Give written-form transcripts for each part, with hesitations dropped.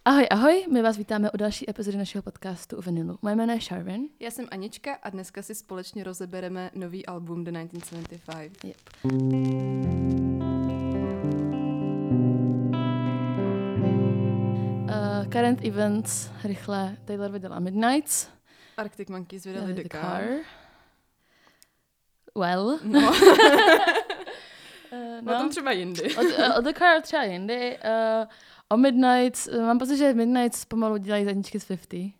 Ahoj, ahoj, my vás vítáme u další epizody našeho podcastu u Vinilu. Moje jméno je Sharvin. Já jsem Anička a dneska si společně rozebereme nový album The 1975. Yep. Current events, rychle, Taylor vydala Midnights. Arctic Monkeys vydali The Car. Well. No. O tom třeba jindy. O The Car třeba jindy. O Midnights, mám pocit, že Midnights pomalu dělají zadničky z 50.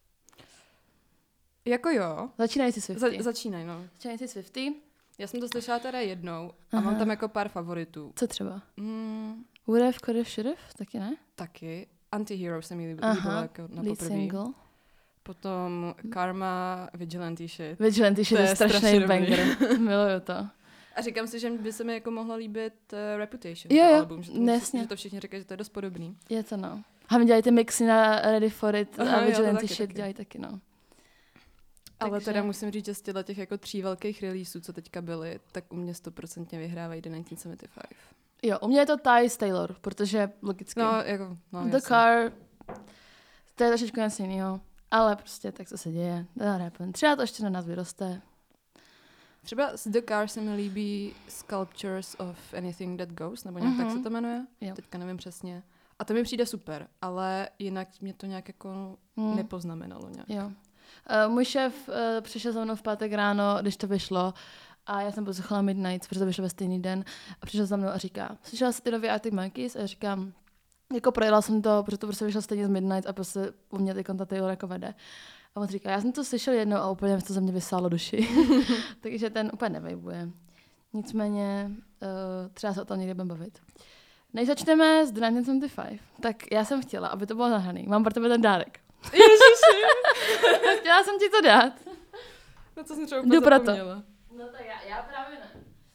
Jako jo. Začínají si s 50. Začínají, no. Začínají si s 50. Já jsem to slyšela teda jednou a mám tam jako pár favoritů. Co třeba? Would have, could have, should have? Taky ne? Taky. Anti-Hero se mi líbilo jako na lead poprvé. single. Potom Karma, Vigilante Shit. Vigilante Shit je strašný banger. Miluju to. A říkám si, že by se mi jako mohla líbit Reputation. Jo, album, že to všichni říkají, že to je dost podobný. Je to, no. Hlavně dělají ty mixy na Ready for It a Vigilante Shit taky. dělají taky, no. Ale Takže... teda musím říct, že z těch jako 3 velkých releaseů, co teďka byly, tak u mě 100% vyhrávají The 1975. Jo, u mě je to Ties Taylor, protože logicky. No, The Car, to je trošičku něco jinýho. Ale prostě tak, co se děje. Třeba to ještě na nás vyroste. Třeba z The Car se mi líbí Sculptures of Anything That Goes, nebo nějak tak se to jmenuje. Jo. Teďka nevím přesně. A to mi přijde super, ale jinak mě to nějak jako nepoznamenalo nějak. Jo. Můj šéf přišel za mnou v pátek ráno, když to vyšlo, a já jsem poslouchala Midnights, protože to vyšlo ve stejný den, a přišel za mnou a říká, slyšela jsi ty nový Arctic Monkeys? A já říkám, jako projela jsem to, protože to prostě vyšlo stejně z Midnights a prostě u mě ty ta Taylor jako vede. A on říká, já jsem to slyšel jednou a úplně mi to ze mě vysálo duši. Takže ten úplně nevejbuje. Nicméně třeba se o tom někde budeme bavit. Než začneme s The 1975, tak já jsem chtěla, aby to bylo nahraný. Mám pro tebe ten dárek. Ježiši! Chtěla jsem ti to dát. No to jsem třeba úplně zapomněla. No tak já právě ne.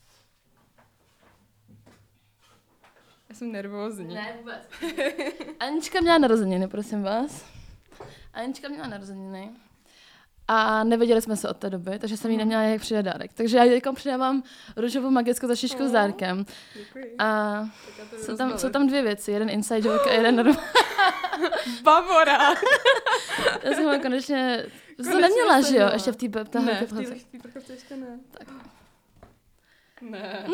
Já jsem nervózní. Ne, vůbec. Anička měla narozeniny, prosím vás. Anička měla narozeniny. A nevěděli jsme se od té doby, takže jsem jí neměla jak přidat dárek. Takže já jí přidávám růžovou magickou tašičku s dárkem. Děkuji. A jsou tam 2 věci. Jeden inside joke a jeden normální. Bavora! Já jsem ho konečně to neměla, že jo? Ještě v té Ne, v té prchovce ještě ne. Tak. Ne.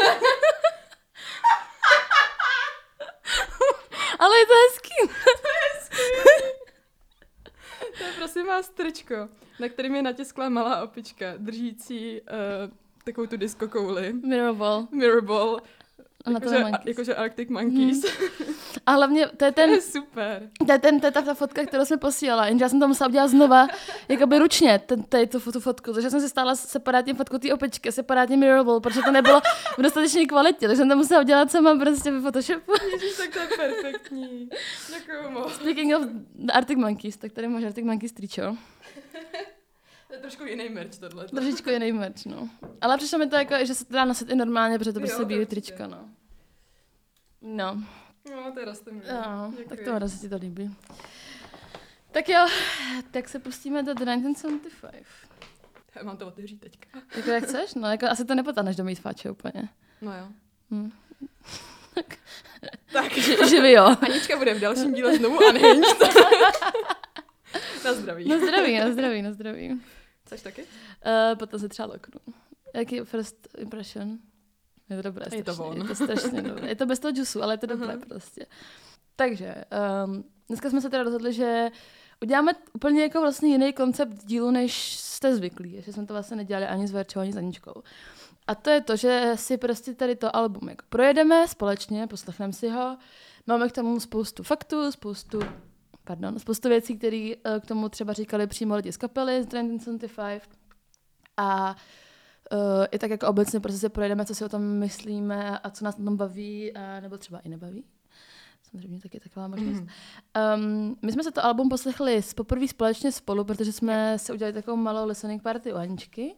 Ale je to hezký. To je prosím vás tričko, na kterým je natiskla malá opička, držící takovou tu disco kouli. Mirror ball. Jakože Arctic Monkeys. A hlavně to je ten... To je super. To je ta fotka, kterou jsem posílala, jenže já jsem to musela udělat znova, jakoby ručně, tu fotku. Takže jsem si stála separátně fotku té opičky, separátně mirror ball, protože to nebylo v dostatečné kvalitě, takže jsem to musela udělat sama prostě ve Photoshopu. Ježiš, tak to je perfektní. Děkuju moc. Speaking of Arctic Monkeys, tak tady máš Arctic Monkeys tričo. To je trošku jiný merch tohle. Trošičku jiný merch, no. Ale přišlo mi to jako, že se to dá nosit i normálně, protože to prostě bílý tričko, no. No. No, to je rostem. No, tak to rád se ti to líbí. Tak jo, tak se pustíme do The 1975. Já mám to otevřít teďka. Jako jak chceš? No, jako asi to nepotáhneš do mít fáče úplně. No jo. Tak. Živý jo. Anička bude v dalším díle znovu unhinged. Na zdraví. Na zdraví. Chceš taky? Potom se třeba loknu. Jaký first impression? Je to dobré. Je to von. Je to strašně dobré. Je to bez toho džusu, ale je to dobré prostě. Takže, dneska jsme se teda rozhodli, že uděláme úplně jako vlastně jiný koncept dílu, než jste zvyklí. Že jsme to vlastně nedělali ani s Verčou, ani s Aničkou. A to je to, že si prostě tady to album jako projedeme společně, poslechneme si ho. Máme k tomu spoustu faktů, spoustu věcí, které k tomu třeba říkali přímo lidi z kapely z 1975. A i tak jako obecně prostě si projedeme, co si o tom myslíme a co nás na tom baví, a nebo třeba i nebaví. Samozřejmě taky taková možnost. My jsme se to album poslechli poprvé společně spolu, protože jsme si udělali takovou malou listening party u Aničky.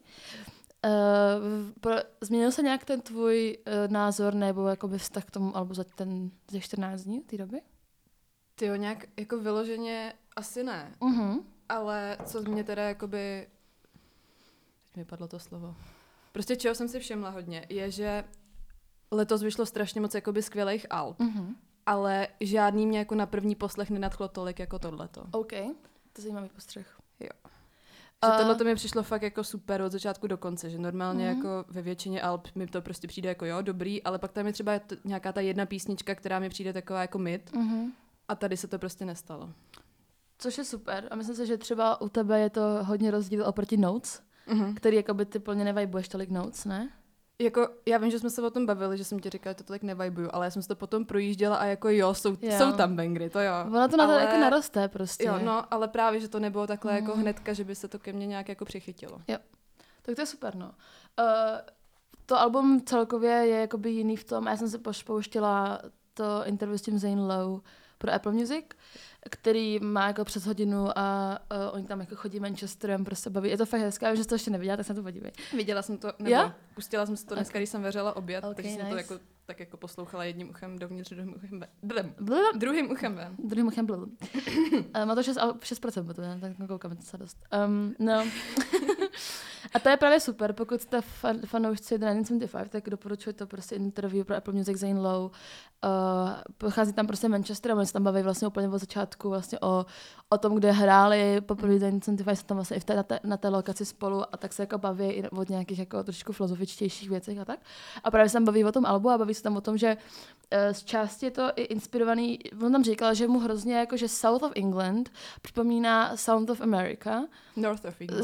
Změnil se nějak ten tvůj názor nebo jakoby vztah k tomu albu za těch 14 dní té doby? Tyjo, nějak jako vyloženě asi ne. Ale co mě teda jakoby... Teď mi padlo to slovo. Prostě čeho jsem si všimla hodně, je, že letos vyšlo strašně moc jakoby skvělých alb. ale žádný mě jako na první poslech nenadchlo tolik jako tohleto. OK, to je zajímavý postřeh. Jo. Že tohleto mi přišlo fakt jako super od začátku do konce, že normálně jako ve většině alb mi to prostě přijde jako jo, dobrý, ale pak tam je třeba nějaká ta jedna písnička, která mi přijde taková jako mid a tady se to prostě nestalo. Což je super a myslím si, že třeba u tebe je to hodně rozdíl oproti Notes, který jakoby ty plně nevibuješ tolik Notes, ne? Jako, já vím, že jsme se o tom bavili, že jsem ti říkala, že to tolik nevibuju, ale já jsem se to potom projížděla a jako jo, jsou tam bangry, to jo. Ono to na to jako naroste prostě. Jo, no, ale právě, že to nebylo takhle jako hnedka, že by se to ke mně nějak jako přichytilo. Jo, tak to je super, no. To album celkově je jakoby jiný v tom, já jsem se pouštěla to interview s tím Zane Lowe pro Apple Music, který má jako přes hodinu a oni tam jako chodí Manchesterem, prostě baví. Je to fakt hezké, že jsi to ještě neviděla, tak se na to podívej. Viděla jsem to, nebo pustila jsem si to dneska, když jsem vařila oběd, takže jsem to jako, tak jako poslouchala jedním uchem dovnitř, druhým uchem ven. Druhým uchem blum. Má to 6% potom, tak koukám, to se dost. No. A to je právě super, pokud jste fanoušci 1975, tak doporučuji to prostě interview pro Apple Music Zane Lowe. Pochází tam prostě Manchester a oni se tam baví vlastně úplně od začátku vlastně o tom, kde hráli poprvé 1975, jsou tam vlastně i na té lokaci spolu a tak se jako baví i od nějakých jako trošku filozofičtějších věcech a tak. A právě se tam baví o tom albu a baví se tam o tom, že z části je to i inspirovaný, on tam říkal, že mu hrozně jako, že South of England připomíná Sound of America. North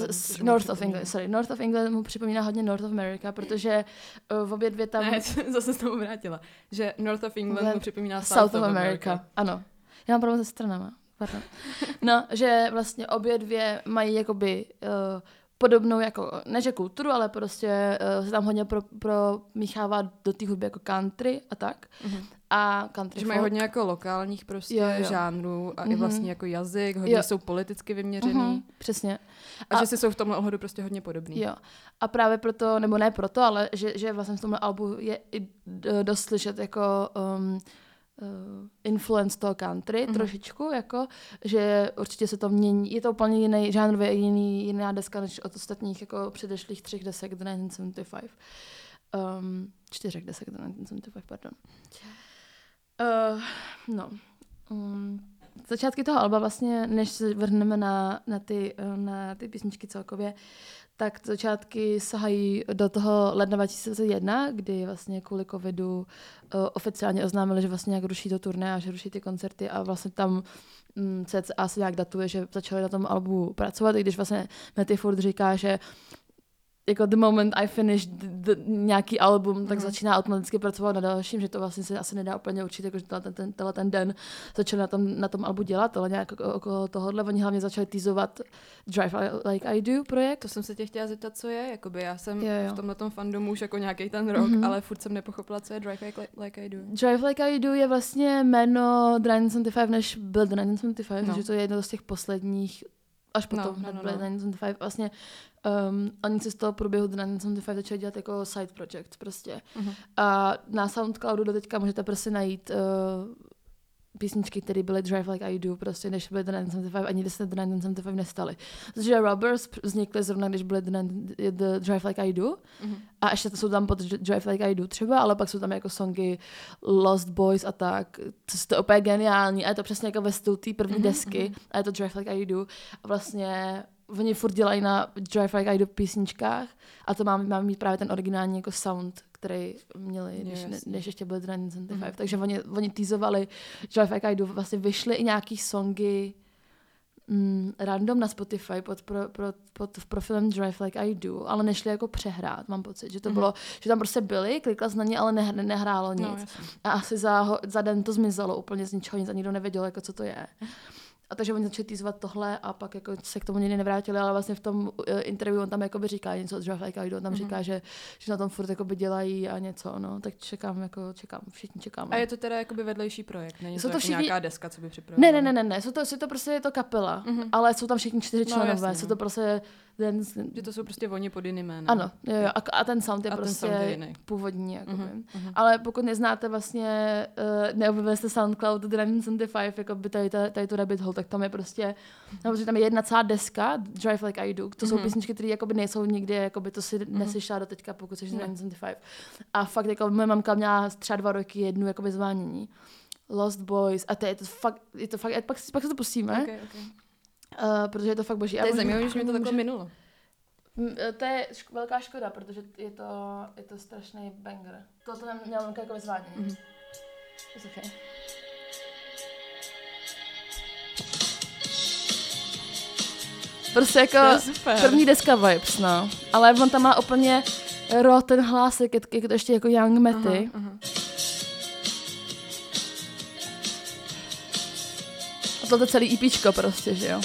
of England mu připomíná hodně North of America, protože v obě dvě tam... Ne, zase se tomu vrátila. Že North of England mu připomíná South of America. Ano. Já mám problém se stranama. Pardon. No, že vlastně obě dvě mají jakoby podobnou jako, ne že kulturu, ale prostě se tam hodně promíchává do té hudby jako country a tak. A country že mají hodně jako lokálních prostě žánrů a i vlastně jako jazyk, hodně jsou politicky vyměřený. Přesně. A že si jsou v tomhle ohledu prostě hodně podobný. Jo. A právě proto, nebo ne proto, ale že vlastně v tomhle albu je i dost slyšet jako influence toho country trošičku, jako, že určitě se to mění. Je to úplně jiný, žánrově jiná deska než od ostatních jako předešlých 3 desek do 1975. 4 desek do 1975, pardon. Začátky toho alba vlastně, než se vrhneme na ty písničky celkově, tak začátky sahají do toho ledna 2001, kdy vlastně kvůli covidu oficiálně oznámili, že vlastně nějak ruší to turné a že ruší ty koncerty a vlastně tam cca se nějak datuje, že začali na tom albu pracovat, i když vlastně Matty furt říká, že jako the moment I finish nějaký album, tak začíná automaticky pracovat na dalším, že to vlastně se asi nedá úplně určit, jako že ten den začali na tom albu dělat, ale nějak okolo tohohle oni hlavně začali teasovat Drive Like I Do projekt. To jsem se tě chtěla zeptat, co je, jakoby já jsem v tomhletom fandomu už jako nějaký ten rok, ale furt jsem nepochopila, co je Drive Like I Do. Drive Like I Do je vlastně jméno 1975, než byl 1975, takže to je jedno z těch posledních, až potom byl 1975, vlastně oni si z toho průběhu 1975 začali dělat jako side project prostě. A na Soundcloudu doteďka můžete prostě najít písničky, které byly Drive Like I Do, prostě než byly The 1975, ani když se The 1975 nestaly. Protože Rubbers vznikly zrovna, když byly The Drive Like I Do a ještě to jsou tam pod Drive Like I Do třeba, ale pak jsou tam jako songy Lost Boys a tak, to je úplně geniální a je to přesně jako ve stylu té první desky a je to Drive Like I Do a vlastně oni furt dělají na Drive Like I Do písničkách a to máme mít právě ten originální jako sound, který měli, než ještě byl 1975. Takže oni teasovali Drive Like I Do, vlastně vyšly i nějaký songy random na Spotify pod profilem Drive Like I Do, ale nešli jako přehrát, mám pocit, že to bylo, že tam prostě byli, klikla jsi na ně, ale nehrálo nic. A asi za den to zmizelo úplně z ničeho, nic a nikdo nevěděl, jako co to je. A takže oni začali teasovat tohle a pak jako se k tomu nikdy nevrátili, ale vlastně v tom interview on tam jakoby říká něco od Drive Like I Do, on tam říká, že na tom furt jakoby dělají a něco, no, tak čekám, všichni čekáme. A je to teda jakoby vedlejší projekt, není to jako nějaká deska, co by připravila? Ne, jsou to prostě je to kapela, ale jsou tam všichni 4 členové, jsou to prostě že to jsou prostě oni pod jiným jménem. Ano, jo. A ten sound je prostě původní. Ale pokud neznáte vlastně, neobjevili jste Soundcloud 1975, jako by tady tu rabbit hole, tak tam je prostě, tam je jedna celá deska, Drive Like I Do, to jsou písničky, které jakoby nejsou nikdy, jakoby to si neslyšela do teďka, pokud jsi 1975. A fakt jako moje mamka měla třeba 2 roky jednu jakoby zvánění. Lost Boys a to je to fakt, pak se to pustíme, Okay. protože je to fakt boží. To je zajímavé, že mi to takhle minulo. To je velká škoda, protože je to strašný banger. Tohle měla jako vyzvádění. Mm-hmm. Poslouchej. Prostě jako první deska vibes, no. Ale on tam má úplně ten hlásek, jak to ještě jako Young Metty. Aha. A tohle celý EPčko prostě, že jo.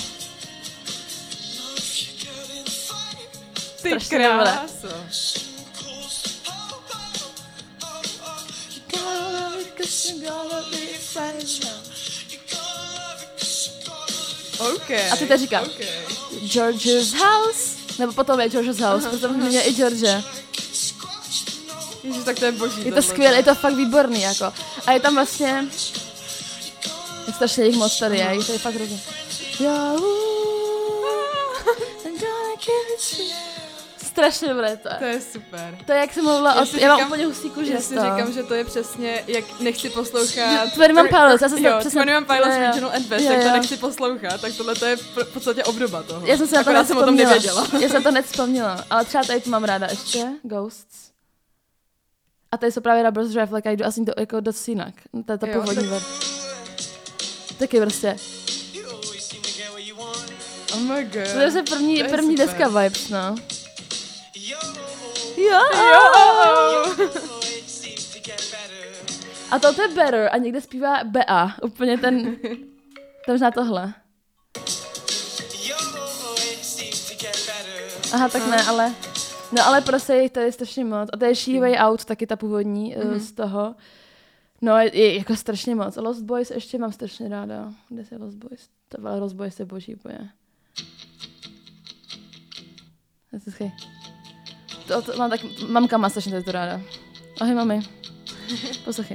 Ty kráso. Okay. A ty teď říká George's House, nebo potom je George's House, potom mě i George. Ježiš, tak to je boží. Je to skvělé, je to fakt výborný, jako. A je tam vlastně, je strašně jich moc tady je, to je fakt hrozně. Strašně dobré to. To je super. To je, jak jsem mluvila, já mám úplně hustý kůži. Já si říkám, že to je přesně, jak nechci poslouchat. 21 Pilots, já jsem jo, přesně... 21 Pilots, Regional and Best, jak to nechci poslouchat, tak tohle to je v podstatě obdoba toho. Já jsem se na to jsem o tom nevěděla. Já jsem to nevzpomněla, ale třeba tady to mám ráda ještě, Ghosts. A tady jsou právě Rubber Drive Like I Do, asi to jako dost jinak. To je ta původní ver. Taky prostě. Oh my god. To je se první deska vibes, no. Jo. A to je Better a někde zpívá Bea, úplně ten možná tohle. Aha, tak ne, ale... No ale prostě jich tady strašně moc. A to je She Way Out, taky ta původní z toho. No je jako strašně moc. Lost Boys ještě mám strašně ráda. Kde je Lost Boys? Lost Boys je boží úplně. Mamka má strašně to ráda. Ahoj mami. Poslouchej.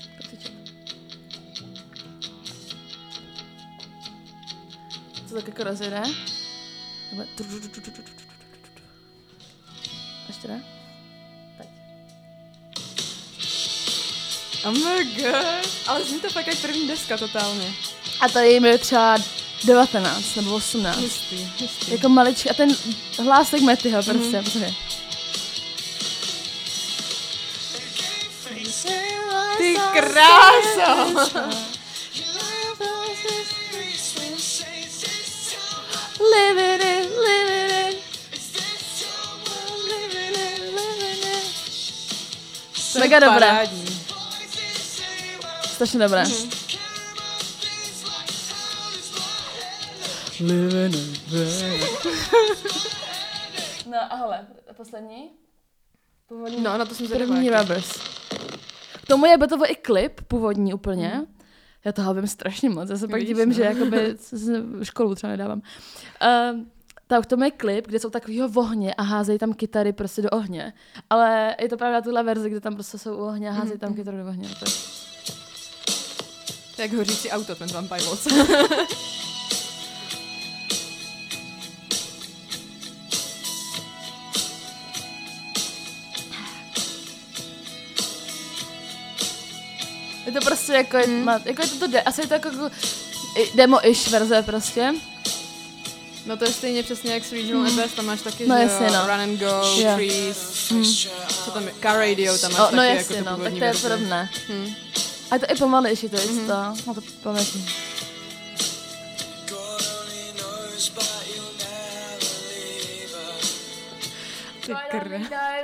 Co tak jako rozjede? Ještě ne? Teď. Oh my god. Ale zní to fakt jak první deska totálně. A tady jim je třeba 19 nebo 18. Hustý. Jako maličký. A ten hlásek Mettyho prostě. Poslouchej. Ty kráso! Living it. Mega dobré. Strašně dobré. No a hele, poslední. Původní. No, na to jsem první Rubbers. K tomu je to i klip původní úplně. Já toho vím strašně moc. Já se pak divím, že jakoby školu třeba nedávám. Tak to je klip, kde jsou takovýho v ohně a házejí tam kytary prostě do ohně. Ale je to právě tuhle verze, kde tam prostě jsou ohně a házejí tam kytary do ohně. To je jak hořící auto, ten Van Pilots. Je to prostě jako, jako je to asi je to jako demo-ish verze prostě. No to je stejně přesně jak s Regional Best, tam máš taky, no, že jasně, no. Run and Go, Trees, co tam je, Car Radio, tam máš taky no, jasně, jako to původní tak to je podobné. A je to i pomalejší, to je to, no to pomalejší. Ty krve.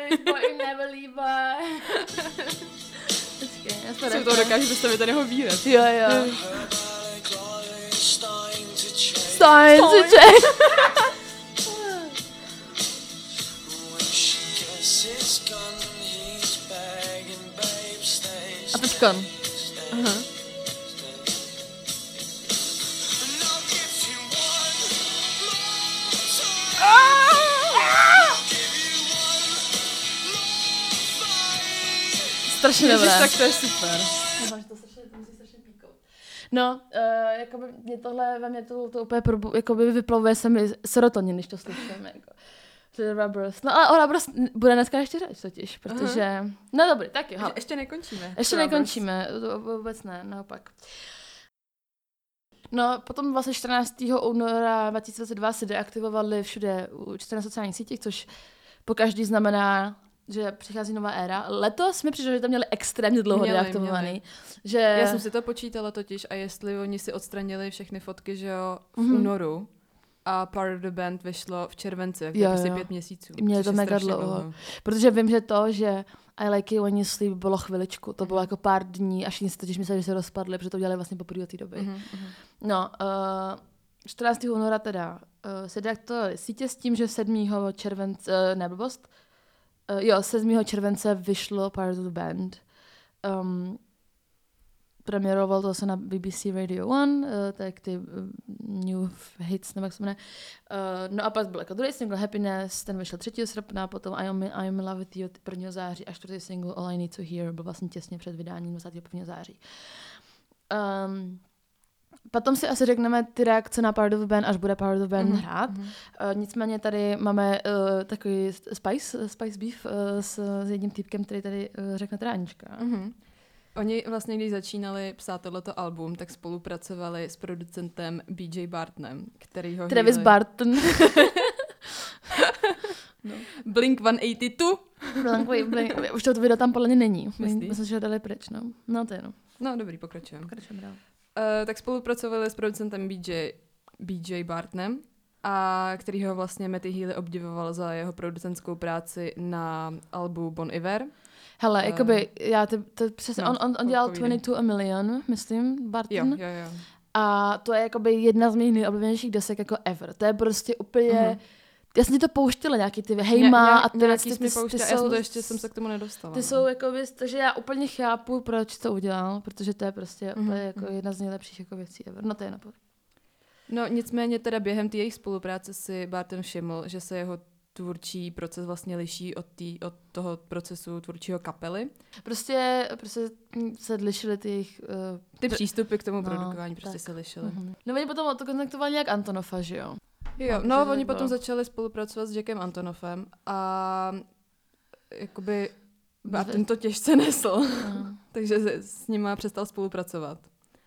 Si to dokážu představit ten jeho výraz. Jo. Starting to change. A teďkon. Aha. Strašně dobré. Tak to je super. To musí strašně píkout. No, jakoby mě tohle, ve mě to úplně jakoby vyplavuje se mi serotonin, když to slyším. Jako. Rubbers. No ale o Rubbers bude dneska ještě řeč totiž, protože... No dobrý, tak jo. Ještě nekončíme. Ještě nekončíme, vůbec ne, naopak. No, potom vlastně 14. února 2022 se deaktivovali všude určitě na sociálních sítích, což po každý znamená, že přichází nová éra. Letos mi přišlo, že tam měli extrémně dlouho deaktivovaný. Že... Já jsem si to počítala totiž a jestli oni si odstranili všechny fotky, že jo, v únoru a Part of the Band vyšlo v červenci, tak to je prostě 5 měsíců. Mě to mega dlouho. Protože vím, že to, že I Like It When You Sleep bylo chviličku, to bylo jako pár dní, až nic totiž mysleli, že se rozpadli, protože to dělali vlastně poprvé od té doby. No, 14. února teda se deaktivovali sítě s tím, že 7. července, 7. července vyšlo Part of the Band. Premiéroval to se na BBC Radio 1, tak ty New Hits, nebo jak se jmenuje. No a pak byl jako druhý single Happiness, ten vyšel 3. srpna, potom I'm in Love with You 1. září a 4. single All I Need to Hear byl vlastně těsně před vydáním 21. září. Potom si asi řekneme ty reakce na Part of the Band, až bude Part of the Band hrát. Nicméně tady máme takový spice beef s jedním týpkem, který tady řekne teda Anička. Oni vlastně, když začínali psát tohleto album, tak spolupracovali s producentem BJ Bartonem, kterýho... Travis Barton. No. Blink-182. Už to video tam podle mě není. Myslím, že ho dali pryč, no. No to je no. No dobrý, pokračujeme. dál. Tak spolupracovali s producentem BJ Bartonem, a kterýho vlastně Matty Healy obdivoval za jeho producentskou práci na albu Bon Iver. Hele, jakoby, přesně, on dělal 22 A Million, myslím, Barton. Jo. A to je jakoby jedna z mých nejoblíbenějších desek jako ever. To je prostě úplně... Já jsem ti to pouštěla, nějaký ty Hejma a ty jsem se k tomu nedostala. Ty jsou jakoby, takže já úplně chápu, proč to udělal, protože to je prostě jako jedna z nejlepších jako věcí ever. No to je napověď. No nicméně teda během té jejich spolupráce si Barton všiml, že se jeho tvůrčí proces vlastně liší od toho procesu tvůrčího kapely. Prostě se lišily ty jejich... ty přístupy k tomu produkování prostě se lišily. No oni potom to kontaktovali nějak Antonofa, že jo? Jo, oni potom začali spolupracovat s Jackem Antonofem a jakoby Barton to těžce nesl, takže s nima přestal spolupracovat.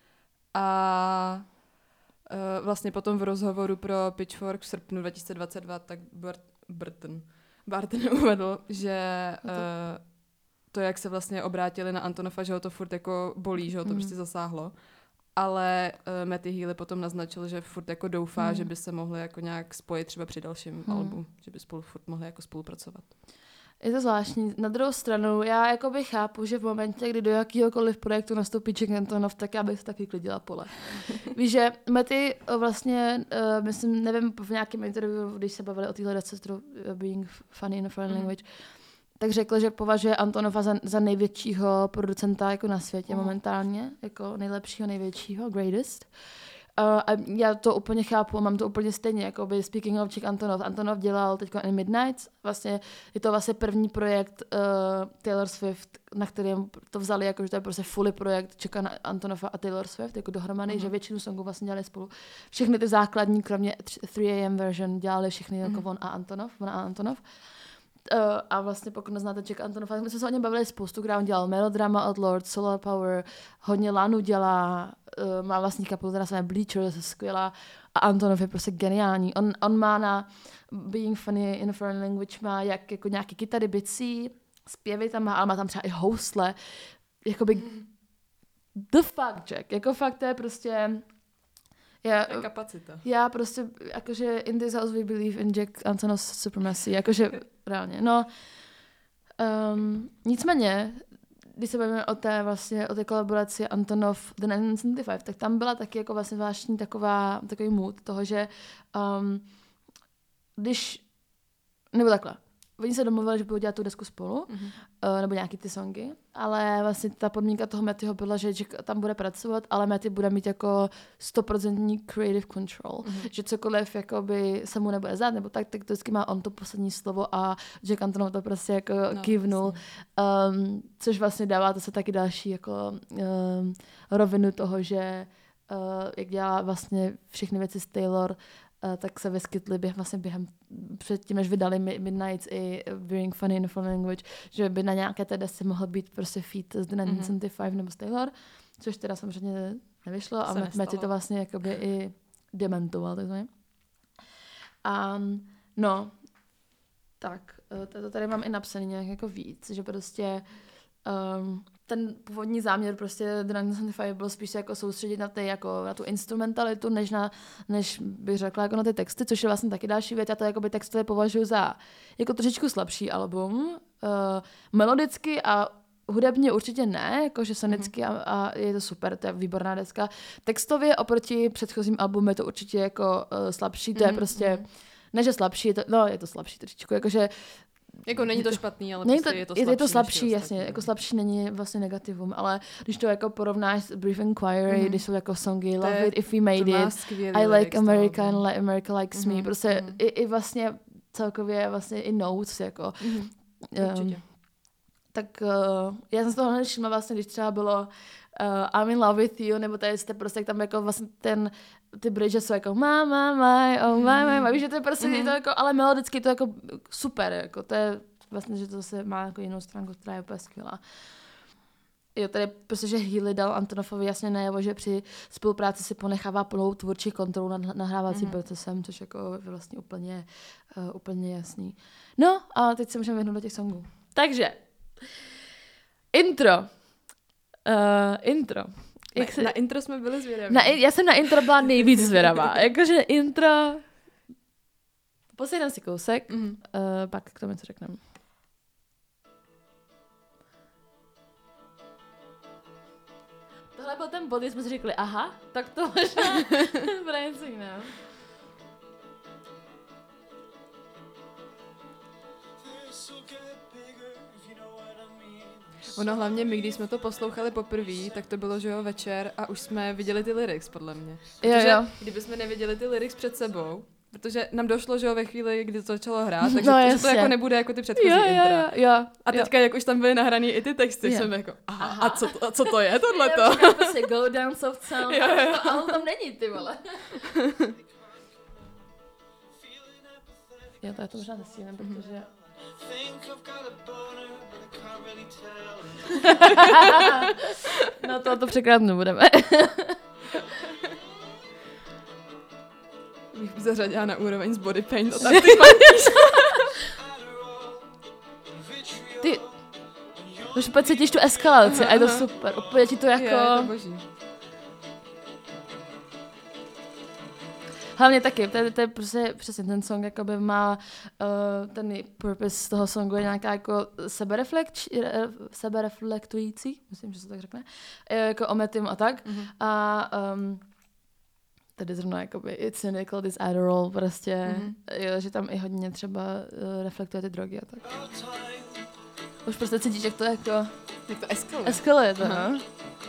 A vlastně potom v rozhovoru pro Pitchfork v srpnu 2022 tak Barton uvedl, že to, jak se vlastně obrátili na Antonofa, že ho to furt jako bolí, že ho to prostě zasáhlo. Ale Matty Healy potom naznačil, že furt jako doufá, že by se mohli jako nějak spojit třeba při dalším albu, že by spolu furt mohli jako spolupracovat. Je to zvláštní. Na druhou stranu, já jakoby chápu, že v momentě, kdy do jakýhokoliv projektu nastoupí Jack Antonoff, tak já bych se taky klidila pole. Víš, že Matty vlastně, myslím, nevím, v nějakém interview, když se bavili o téhle desce Being Funny in a Foreign Language, tak řekl, že považuje Antonova za největšího producenta jako na světě momentálně, jako nejlepšího, největšího, greatest. A já to úplně chápu, mám to úplně stejně, jako by speaking of Jack Antonoff. Antonoff dělal teď in Midnights, vlastně je to vlastně první projekt Taylor Swift, na kterém to vzali, jako že to je prostě fully projekt Jacka Antonoffa a Taylor Swift, jako dohromady, že většinu songů vlastně dělali spolu. Všechny ty základní, kromě 3 AM version, dělali všechny jako on a Antonoff. A vlastně pokud neznáte Jack Antonoffa, my jsme se o něm bavili spoustu, kde on dělal Melodrama od Lord, Solar Power, hodně Lanu dělá, má vlastní kapelu, která se jmenuje Bleachers, je skvělá a Antonoff je prostě geniální. On má na Being Funny in a Foreign Language má jako nějaký kytary, bicí, zpěvy tam má, ale má tam třeba i housle. Jakoby the fuck, Jack. Jako fakt to je prostě... kapacita. Já prostě, jakože in this house we believe in Jack Antonoff's supremacy, jakože reálně, no. Nicméně, když se bavíme o té kolaboraci Antonoff The 1975, tak tam byla taky jako vlastně zvláštní takový mood toho, že nebo takhle, oni se domluvili, že budou dělat tu desku spolu, nebo nějaký ty songy, ale vlastně ta podmínka toho Mattyho byla, že tam bude pracovat, ale Matty bude mít jako 100% creative control, že cokoliv jakoby se mu nebude zdát, nebo tak vždycky má on to poslední slovo a Jack Antonoff to prostě jako kývnul, což vlastně dává to se taky další jako rovinu toho, že jak dělá vlastně všechny věci s Taylor, tak se vyskytly během předtím, než vydali Midnights i Being Funny in a Foreign Language, že by na nějaké té desce mohl být prostě feat z The 1975 nebo z Taylor, což teda samozřejmě nevyšlo a Matty to vlastně jakoby i dementoval, takzvaně. No, tak, to tady mám i napsaný nějak jako víc, že prostě ten původní záměr prostě The 1975 byl spíš se jako soustředit na tu instrumentalitu, než bych řekla jako na ty texty, což je vlastně taky další věc. Já to jakoby textově považuji za jako trošičku slabší album. Melodicky a hudebně určitě ne, jakože sonicky a je to super, to je výborná deska. Textově oproti předchozím albumům je to určitě jako slabší, to je prostě, ne že slabší, je to slabší trošičku, jakože jako není to špatný, ale prostě je to slabší. Je to slabší, jasně, jako slabší není vlastně negativum, ale když to jako porovnáš s Brief Inquiry, když jsou jako songy Love It If We Made It, I Like America and Like America Likes Me, prostě i vlastně celkově vlastně i Notes, jako. Určitě. Tak já jsem z toho nevšimla vlastně, když třeba bylo I'm in love with you, nebo tady jste prostě tam jako vlastně ty bridge jsou jako my, víš, že to je prostě to jako, ale melodicky to jako super, jako to je vlastně, že to zase má jako jinou stránku, která je úplně skvělá. Jo, tady prostě, že Healy dal Antonovovi jasně najevo, že při spolupráci si ponechává plnou tvůrčí kontrolu nad nahrávacím procesem, což jako je vlastně úplně jasný. No a teď se můžeme vyhnout do těch songů. Takže, intro. Na intro jsme byli zvědaví. Já jsem na intro byla nejvíc zvědavá. Jakože intro... Posledám si kousek, pak k tomu něco řekneme. Tohle byl ten bod, kdy jsme si řekli, aha, tak to možná bude něco jiného. Ono hlavně my, když jsme to poslouchali poprvé, tak to bylo, že jo, večer a už jsme viděli ty lyrics, podle mě. Protože kdybychom neviděli ty lyrics před sebou, protože nám došlo, že jo, ve chvíli, kdy to začalo hrát, takže že to jako nebude jako ty předchozí intra. A teďka, jak už tam byly nahraný i ty texty, jsem jako, a co to je tohleto? Já prostě Go Down Soft Sound, ale tam není, ty vole. Já to možná nestínem, protože... No to překrát nebudeme. Bych zařadila na úroveň z Body Paint. Ty už úplně cítíš tu eskalaci a je to super. Úplně ti to jako... Je to boží. Hlavně taky, to je prostě přesně ten song, jakoby má ten purpose toho songu je nějaká jako sebereflektující, myslím, že se tak řekne, jako o Mattym a tak. A tady zrovna jakoby it's cynical, this Adderall, prostě, jo, že tam i hodně třeba reflektuje ty drogy a tak. Už prostě cítíš, jak to jako... Jak to eskaluje. Eskaluje to, no.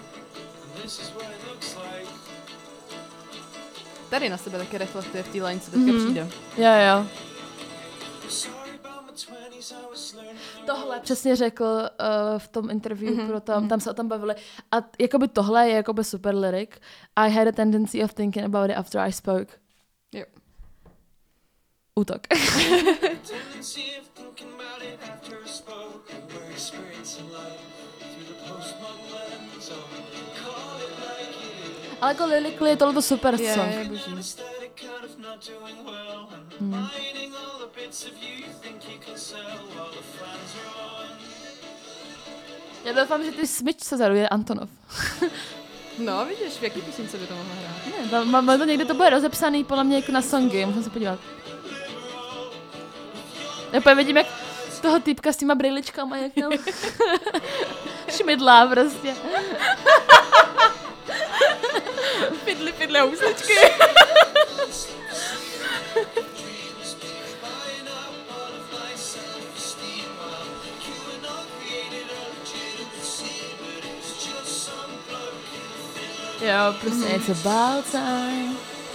Tady na sebe taky reflektuje v té line, co teďka přijde. Jo. Tohle přesně řekl v tom interview, tam se o tom bavili. A jakoby tohle je jakoby super lyric. I had a tendency of thinking about it after I spoke. Jo. Útok. Ale jako lyrically je tohleto super song. Je boží. Já doufám, že ty smyčce zaruje Antonov. No, vidíš, v jaký písničce by to mohla hrát? Ne, to někde to bude rozepsaný podle mě jako na songy, musím se podívat. Já vidím, jak toho týpka s těma brýličkama, jak tam šmidlá prostě. Pidly a úsličky. Jo, prostě it's about time.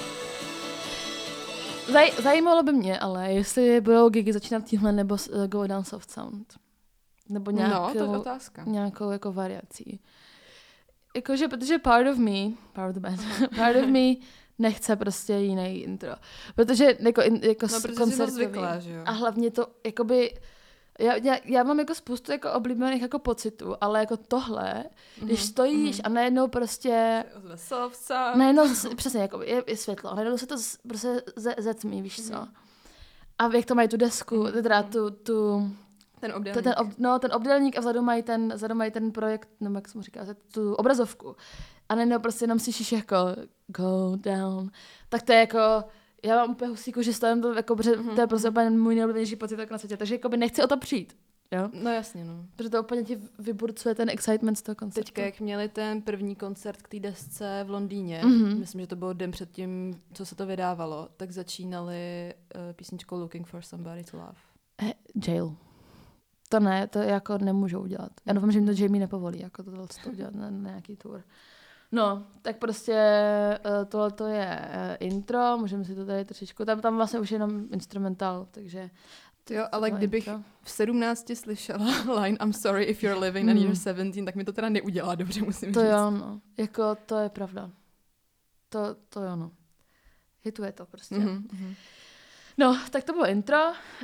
Zajímalo by mě, ale jestli budou gigy začínat tímhle nebo Go Down Soft Sound. Nebo to je otázka. Nějakou jako variací. Jakože, protože part of me nechce prostě jiný intro. Protože jako no, protože koncertový. zvyklá, že jo? A hlavně to, jakoby, já mám jako spoustu jako oblíbených jako pocitů, ale jako tohle, když stojíš a najednou prostě... Najednou, přesně, jako je světlo, a najednou se to prostě zetmí, víš co? A jak to mají tu desku, teda ten obdélník. Ten obdélník a vzadu mají ten projekt, nebo jak se mu říká, tu obrazovku. A najednou prostě jenom slyšíš jako go down. Tak to je jako, já mám úplně husíku, že stojím to, jako, protože to je prostě úplně můj nejoblíbenější pocit tak na světě. Takže jako by nechci o to přijít. Jo? No jasně, no. Protože to úplně ti vyburcuje ten excitement z toho koncertu. Teďka, jak měli ten první koncert k té desce v Londýně, myslím, že to byl den před tím, co se to vydávalo, tak začínali písničkou Looking for Somebody to Love. Jail. To ne, to jako nemůžou udělat. Já doufám, že jim to Jamie nepovolí, jako to udělat na nějaký tour. No, tak prostě tohleto je intro, můžeme si to tady trošičku, tam vlastně už je jenom instrumentál, takže... Jo, ale kdybych v 17 slyšela line I'm sorry if you're living and you're 17, tak mi to teda neudělá dobře, musím říct. To jo, no. Jako to je pravda. To jo, no. Hituje to prostě. No, tak to bylo intro.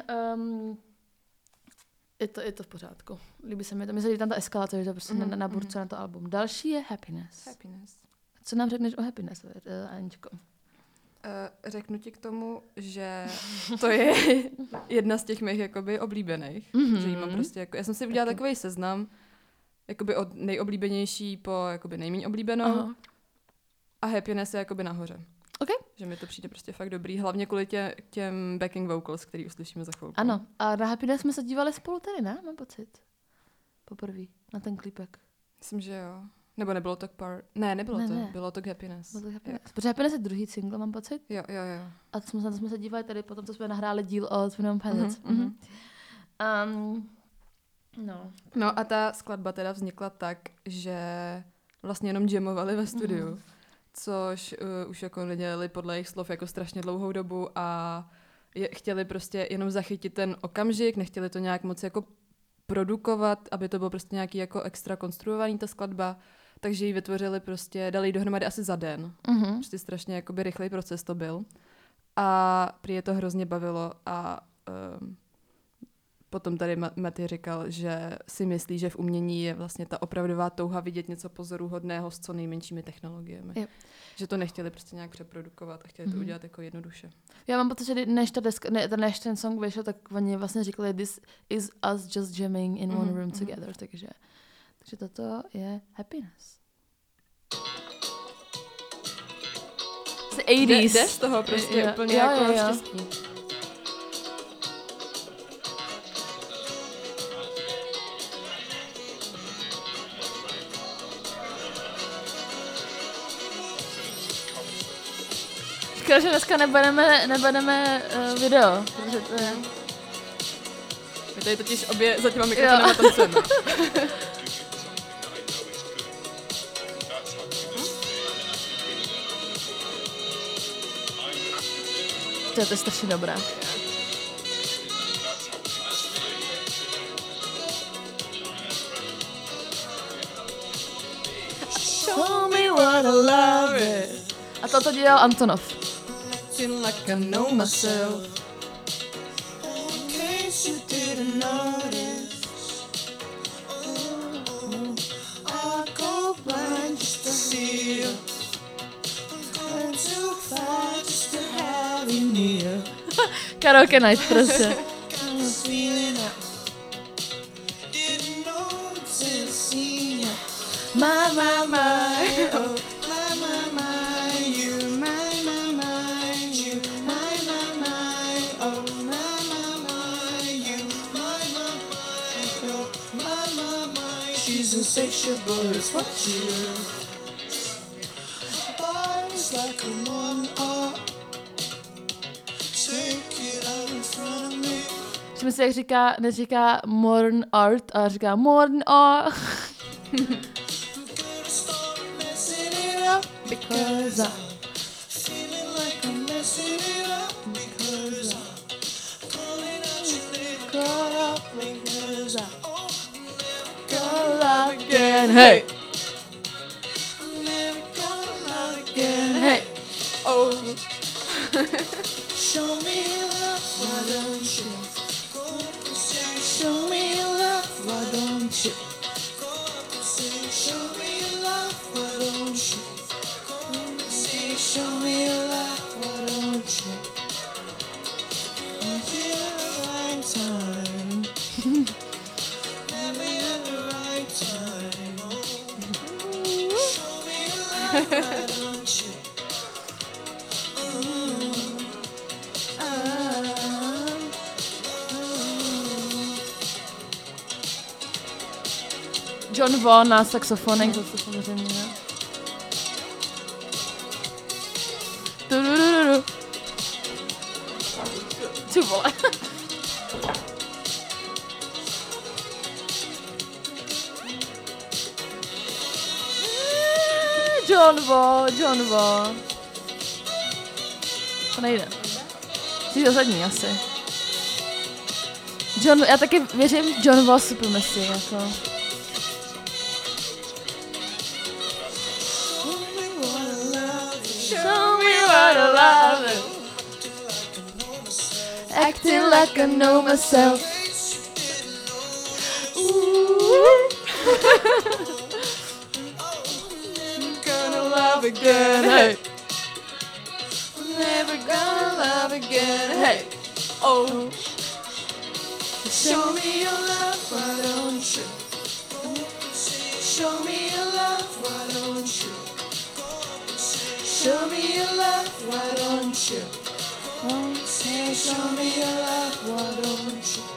Je to v pořádku. Líbí se mi to. Mně se líbí tam ta eskalace, že to prostě naburcuje na to album. Další je Happiness. Co nám řekneš o Happiness, Aničko? Řeknu ti k tomu, že to je jedna z těch mých jakoby oblíbených. Že jí mám prostě jako, já jsem si udělala takový seznam jakoby od nejoblíbenější po jakoby nejméně oblíbenou. Aha. A Happiness je jakoby nahoře. Okay. Že mi to přijde prostě fakt dobrý. Hlavně kvůli těm backing vocals, který uslyšíme za chvilku. Ano. A na Happiness jsme se dívali spolu tady, ne? Mám pocit. Poprvé. Na ten klipek. Myslím, že jo. Nebo nebylo to Ne, nebylo to. Bylo to k Happiness. Protože Happiness je druhý single, mám pocit. Jo. A to jsme se dívali tady potom, co jsme nahráli díl o Twin Home Pilots. No a ta skladba teda vznikla tak, že vlastně jenom jamovali ve studiu, což už jako nedělali podle jejich slov jako strašně dlouhou dobu a chtěli prostě jenom zachytit ten okamžik, nechtěli to nějak moc jako produkovat, aby to bylo prostě nějaký jako extra konstruovaný ta skladba, takže ji vytvořili prostě, dali ji dohromady asi za den. Prostě strašně jakoby rychlej proces to byl. A prý je to hrozně bavilo a potom tady Matty říkal, že si myslí, že v umění je vlastně ta opravdová touha vidět něco pozoruhodného s co nejmenšími technologiemi. Yep. Že to nechtěli prostě nějak přeprodukovat a chtěli to udělat jako jednoduše. Já mám pocit, že než ten song vyšel, tak oni vlastně říkali this is us just jamming in one room together, takže toto je Happiness. Z 80s. Jde z toho prostě úplně jako štěstí. Škoda, že dneska nebudeme video, protože to je... My tady totiž obě za těma mikrofonama tancujeme. To je strašně dobré. Show me what I love is. A toto dělal Antonov. Like I know myself. In case you didn't notice, I go blind just to see you. I'm going too far just to have you near. Karaoke night prostě. Didn't know till seen you. My, oh. Insatiable is what you do. Boys like a one art. Take it out in front of me. Že si jak neříká modern art, ale říká modern art. Because I'm feeling like I'm messing it up. Because I'm calling out your name. Call up because I'm Hey! never coming out again. Hey! Oh Show me love, why don't you? Show me love, why don't you? Show me love, why don't you? Show me love, why don't you? Feel the right time. Maybe at the right time. Show me love, why don't you? John Vaughn na saxofonech zase samozřejmě. Tudururu. Ty vole. John Vaughn. To nejde. Jsi zásadní asi. Já taky věřím John Vaughn Supremacy, jako. Show me what I love it. Acting like I know myself. Gonna love again, hey. Never gonna love again, hey. Oh. Show me your love, why don't you? Show me your love, why don't you? Show me your love, why don't you? Say, show me your love, why don't you?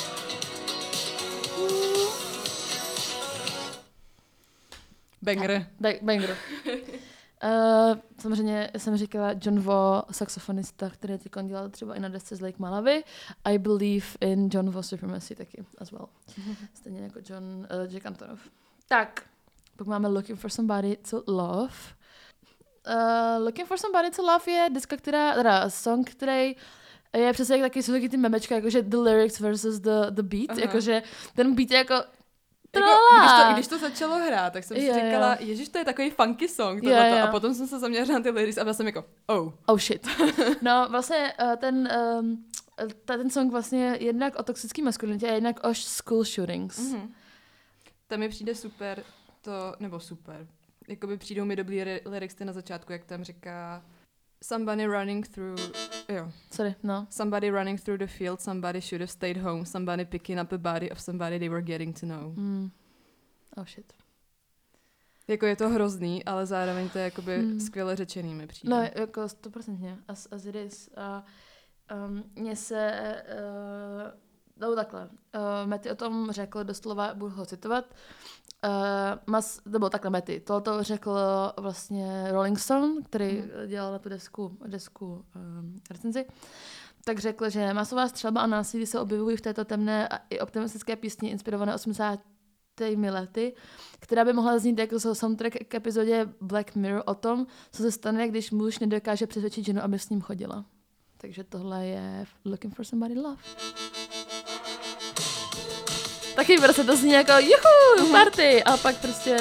Banger. Banger. Samozřejmě jsem říkala John Vaughn, saxofonista, který teď dělal třeba i na desce z Lake Malawi. I believe in John Vaughn Supremacy taky, as well. Stejně jako Jack Antonoff. Tak, pak máme Looking for Somebody to Love. Looking for Somebody to Love je deska, song, který je přesně taky, jsou taky ty memečka, jakože the lyrics versus the beat, jakože ten beat je jako Když to začalo hrát, tak jsem si říkala, ježiš, to je takový funky song, tohleto. A potom jsem se zaměřila na ty lyrics a byla jsem jako, oh shit. No vlastně ten song vlastně je jednak o toxický maskulinitě a jednak o school shootings. Mm-hmm. Tam mi přijde super, jakoby přijdou mi dobrý lyrics na začátku, jak tam říká somebody running through the field, somebody should have stayed home, somebody picking up a body of somebody they were getting to know. Oh shit. Jako je to hrozný, ale zároveň to je jakoby skvěle řečený mi přijde. No, jako 100%, as it is. Mně se, takhle, Matty o tom řekl doslova, budu ho citovat, Matty, tohoto řekl vlastně Rolling Stone, který dělal na tu desku recenzi, tak řekl, že masová střelba a násilí se objevují v této temné a i optimistické písni inspirované 80. lety, která by mohla znít jako soundtrack k epizodě Black Mirror o tom, co se stane, když muž nedokáže přesvědčit ženu, aby s ním chodila. Takže tohle je Looking for Somebody Love. Taky prostě to zní jako juhu, party a pak prostě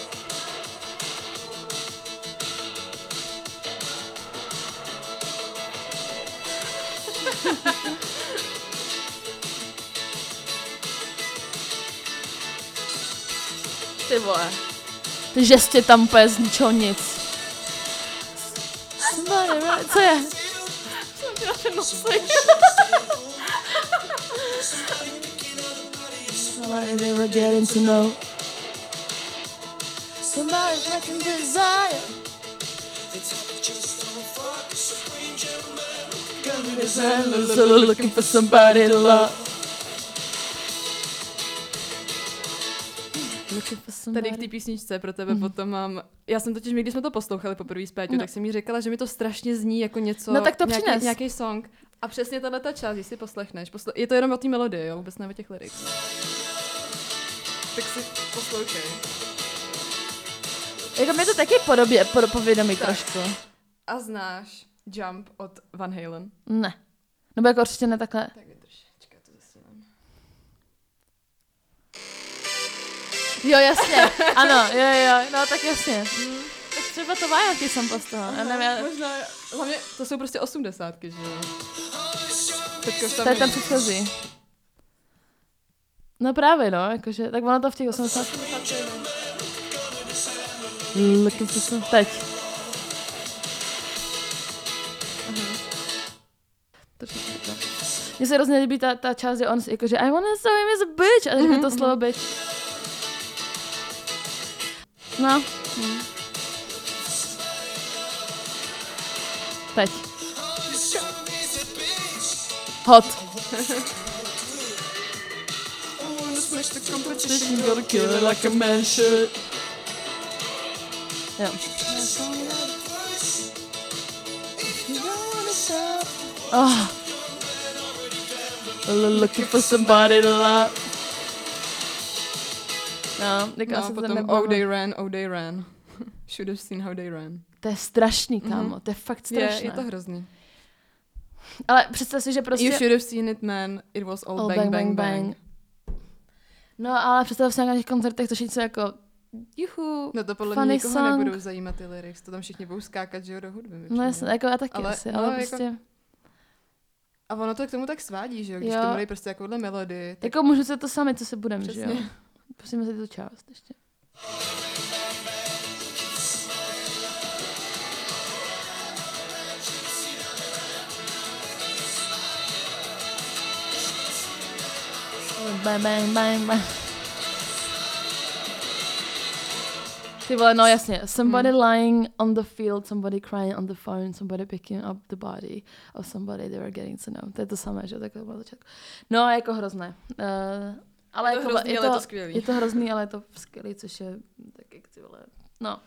ty vole. Ty žestě tam úplně z ničeho nic. Co je? Jsem chtěla ten noslík. They were getting to know. Somebody's looking desire. Looking for somebody to love. Tady k té písničce pro tebe potom mám... Já jsem totiž, když jsme to poslouchali poprvé s Péťou, tak jsem jí řekla, že mi to strašně zní jako něco... No tak to přines. Nějaký song. A přesně tato část, když si poslechneš. Je to jenom o té melodii, jo? Vůbec ne o těch lyrics. Tak si poslouchej. Jako mě to taky povědomí trošku. A znáš Jump od Van Halen? Ne. Nebo jako určitě ne takhle. Tak vydrž, čeká, to zasílám. Jo, jasně. Ano, jo, no tak jasně. Tak Třeba to má nějaký sample z toho. Já nevím. Možná, hlavně to jsou prostě 80, že jo? To je tam předchozí. No právě, no, jakože, tak ono to v těch 80. Teď. Mně se hrozně líbí ta část, že on jakože I wanna show him as a bitch a řekne to slovo bitch. No. Teď. Hot. Gotta kill it like a man should. Jo. Oh. Looking for somebody to love. No, no potom Oh They Ran. Should have seen how they ran. To je strašný, kámo, to je fakt strašné. Je to hrozný. Ale představ si, že prostě... You should have seen it, man. It was all bang, bang, bang. No, ale představ si na těch koncertech to všichni jako juhu, no to podle mě nikoho song. Nebudou zajímat ty lyrics, to tam všichni budou skákat, že jo, do hudby. No jasně, jako já taky asi, ale prostě... Jako... A ono to k tomu tak svádí, že jo, když to bude prostě takovouhle melodii. Tak... Jako můžu se to sami, co se budeme, že jo. Prosím si tu část ještě. Bang, bang, bang, bang. Ty vole, no jasně. Somebody lying on the field, somebody crying on the phone, somebody picking up the body of somebody they were getting to know. To je to samé, že? Takhle bylo začátku. No, jako hrozné. Ale je to jako, hrozný, ale je to skvělý. Je to hrozný, ale je to skvělý, což je taky, ty vole. No.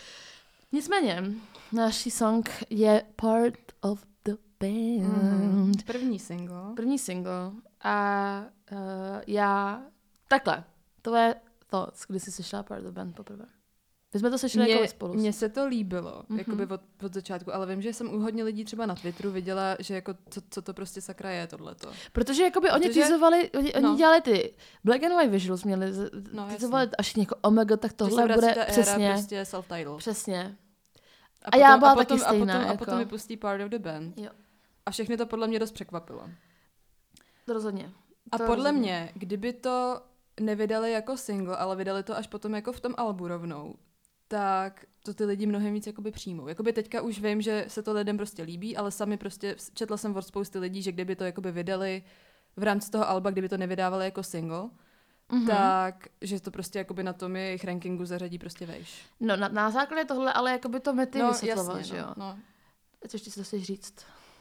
Nicméně, náš song je Part of the Band. První single. A já... Takhle. Tvoje thoughts, kdy jsi slyšela Part of the Band poprvé. My jsme to slyšeli jako spolu. Mně se to líbilo, jakoby od začátku, ale vím, že jsem u hodně lidí třeba na Twitteru viděla, že jako co to prostě sakra je tohleto. Protože jakoby oni teasovali, oni dělali ty black and white visuals, měli teasovali až jako omega, tak tohle bude přesně. Prostě self-title. Přesně. A já byla taky stejná. A potom mi pustí Part of the Band. Jo. A všechny to podle mě dost překvapilo. Rozhodně. A podle mě, kdyby to nevydali jako single, ale vydali to až potom jako v tom albu rovnou, tak to ty lidi mnohem víc jakoby přijmou. Jakoby teďka už vím, že se to lidem prostě líbí, ale sami prostě četla jsem od spousty lidí, že kdyby to jakoby vydali v rámci toho alba, kdyby to nevydávali jako single, tak, že to prostě jakoby na tom jejich rankingu zařadí prostě vejš. No na základě tohle, ale jakoby to Mety vysvětloval, že jo? No. Co ještě si to chceš říct?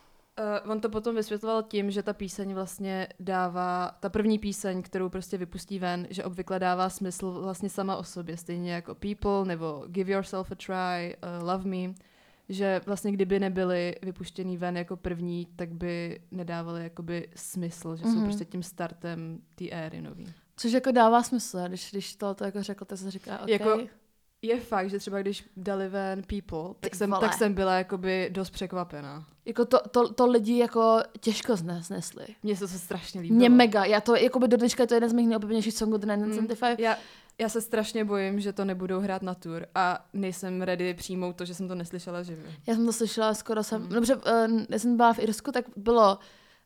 On to potom vysvětloval tím, že ta píseň vlastně dává, ta první píseň, kterou prostě vypustí ven, že obvykle dává smysl vlastně sama o sobě, stejně jako People nebo Give Yourself a Try, Love Me, že vlastně kdyby nebyly vypuštěný ven jako první, tak by nedávaly jakoby smysl, že jsou prostě tím startem té éry nový. Což jako dává smysl, když to jako řekl, tak se říká OK. Jako je fakt, že třeba když dali ven People, tak jsem byla jakoby dost překvapená. Jako to lidi jako těžko znesli. Mně se to strašně líbilo. Mně mega. Já to jako by do dneška je to jeden z mých nejoblíbenějších songů The 1975. Já se strašně bojím, že to nebudou hrát na tour a nejsem ready přijmout to, že jsem to neslyšela živě. Já jsem to slyšela skoro dobře, já jsem byla v Irsku, tak bylo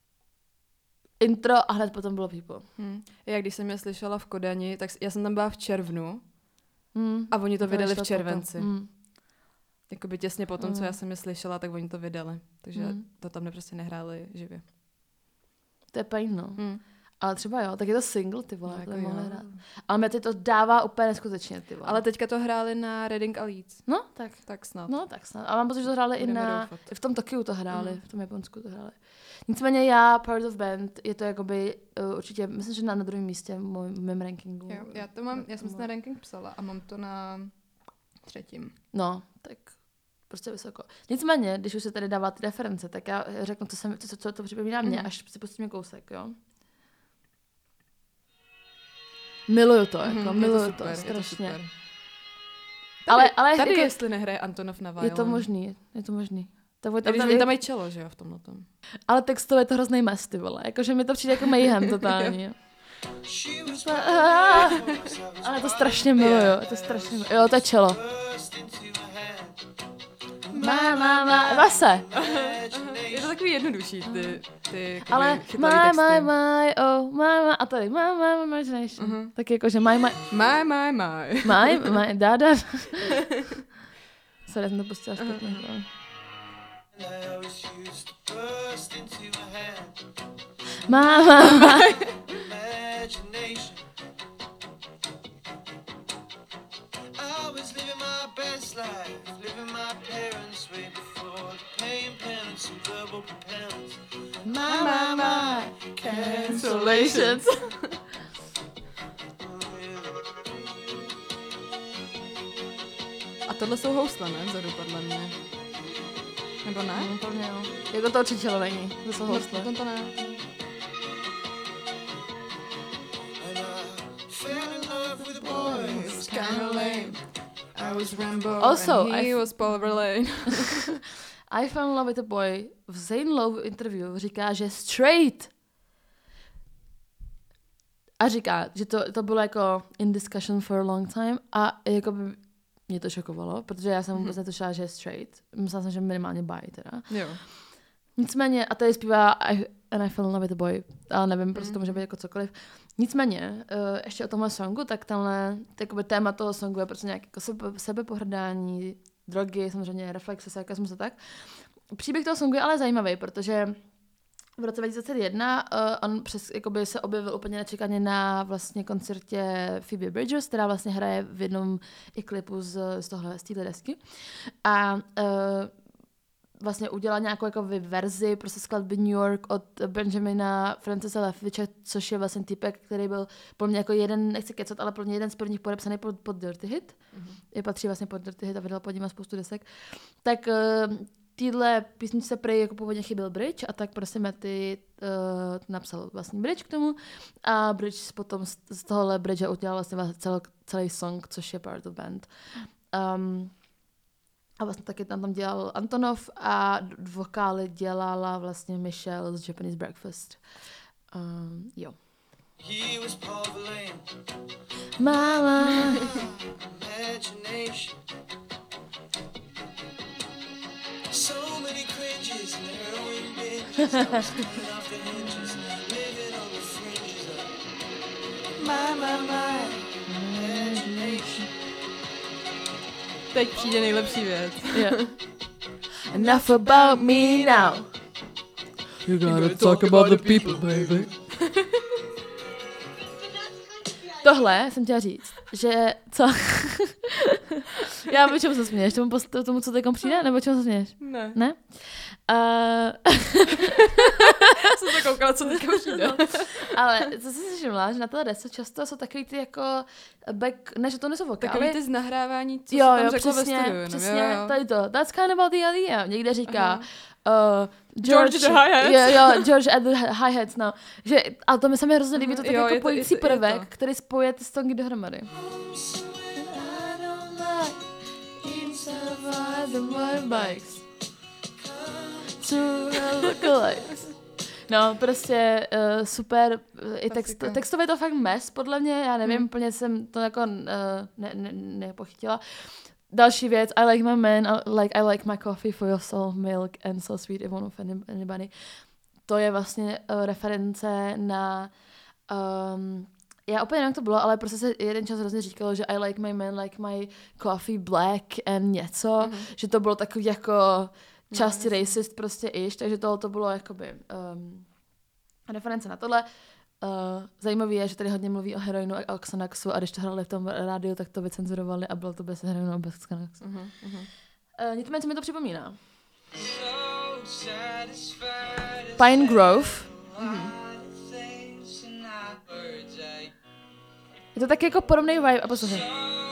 intro a hned potom bylo People. Já když jsem je slyšela v Kodani, tak já jsem tam byla v červnu a oni to vydali v červenci. Jakoby těsně po tom, co já jsem je slyšela, tak oni to vydali. Takže to tam prostě nehráli živě. To je pain, no. Ale třeba jo, tak je to single, ty vole, no, jako mohli hrát. Ale mě to dává úplně neskutečně, ty vole. Ale teďka to hráli na Reading a Leeds. No, tak snad. A mám pocit, že to hráli i v tom Tokiu to hráli, v tom Japonsku to hráli. Nicméně já, Part of Band, je to jakoby určitě, myslím, že na druhém místě v mém rankingu. Jo, já jsem si na ranking psala a mám to na 3. No, tak prostě vysoko. Nicméně, když už se tady dává ty reference, tak já řeknu, co to připomíná mě, až si pustíme kousek, jo. Miluju to, jako, miluju to, strašně. Ale tady jako, jestli nehraje Antonov na violin. Je to možný. Když tam mají čelo, že jo, v tomhletom. Ale textově je to hrozný mess, ty vole. Jakože mi to přijde jako mayhem totální. Ale to strašně miluju, Jo, to je čelo. má, zase. Je to takový jednodušší, ty Ale chytlavý texty. my, a tady my imagination. Tak jako, že my. My, dáda. Sorry, jsem to pustila špatně. I always used to burst into a hand. My. Imagination. I was living my best life, living my parents' way before the pain, penance, and verbal propellants. My. Cancellations. A tohle jsou housle, ne? Vzadu podle mě. Nebo ne? Úplně jo. Jako to určitě není. To jsou housle. To ne. And I fell in love with a boy who was kinda lame. I was Rambo Also, and he was Paul Verlaine. I fell in love with a boy v Zane Lowe interview říká, že straight. A říká, že to bylo jako in discussion for a long time a jako by mě to šokovalo, protože já jsem vůbec netušila, že je straight. Myslela jsem, že minimálně bi teda. Jo. Nicméně, a tady zpívá And I fell in love with a boy, ale nevím, prostě to může být jako cokoliv. Nicméně, ještě o tomhle songu, tak tenhle téma toho songu je prostě nějaké jako sebepohrdání, drogy, samozřejmě reflexe, sarkasmus a tak. Příběh toho songu je ale zajímavý, protože v roce 2001 on jakoby se objevil úplně nečekaně na vlastně koncertě Phoebe Bridgers, která vlastně hraje v jednom i klipu z téhle desky. A vlastně udělal nějakou jako verzi prostě skladby New York od Benjamina Francisa Leftwicha, což je vlastně týpek, který byl pro mě jako jeden, nechci kecat, ale pro mě jeden z prvních podepsaný pod Dirty Hit. Je patří vlastně pod Dirty Hit a vydal pod ním spoustu desek. Tak týhle písničce prej jako původně chyběl bridge a tak prostě Matty napsal vlastní bridge k tomu a bridge potom z tohohle bridge udělal vlastně celý song, což je part of band. A vlastně taky tam dělal Antonov a vokály dělala vlastně Michelle z Japanese Breakfast. Jo. He was Paul Verlaine. Mama. Imagination. So many cringes and heroin binges. I was coming off the hinges, living on the fringes of my imagination. Teď přijde nejlepší věc. Yeah. Enough about me now. You gotta talk about the people, baby. Tohle jsem chtěla říct, že co? Já vím, čemu se směješ, tomu co teď přijde, nebo čemu se směješ? Ne. Ne? Jsem se koukala, co teďka přijde. No, ale co jsem si všimla, že na téhle desce často jsou takový ty jako ne, že to nejsou vokály. Takový ty z nahrávání, co se tam řeklo přesně, ve studiu. Přesně, jo. tady to. That's kind of about the idea. Někde říká George the hi-hats. Jo, George at the hi-hats, no. Že, ale to mi se mi hrozně líbí, to tak jako pojící prvek, který spojuje ty songy dohromady. No, prostě super, i textově to fakt mes, podle mě, já nevím, úplně jsem to jako nepochytila. Další věc, I like my man, I like my coffee for your soul, milk and so sweet, it won't offend anybody. To je vlastně reference na, já úplně nevím, jak to bylo, ale prostě se jeden čas hrozně říkalo, že I like my man, like my coffee black and něco, že to bylo takový jako části racist prostě iž, takže to bylo jakoby reference na tohle. Zajímavé je, že tady hodně mluví o heroinu a o Xanaxu a když to hráli v tom rádiu, tak to vycenzurovali a bylo to bez heroinu a bez Xanaxu. Nicméně, co mi to připomíná? Pine Grove. Je to taky jako podobný vibe a poslouchej.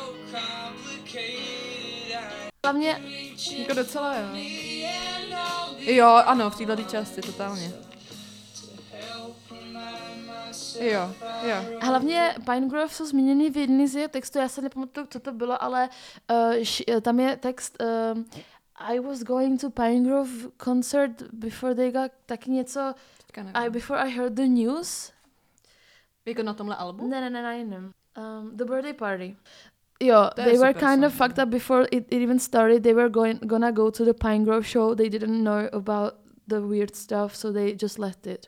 Hlavně jako docela, jo. Jo, ano, v této části, totálně. Jo. Hlavně Pine Grove jsou zmíněny v jedný z jeho textů, já se nepamatuju, co to bylo, ale tam je text I was going to Pine Grove concert before they got taky něco before I heard the news. Jako na tomhle albu? Ne, na jiném. The Birthday Party. Jo, To je they were super kind of song. fucked up before it even started. They were gonna go to the Pine Grove show. They didn't know about the weird stuff, so they just left it.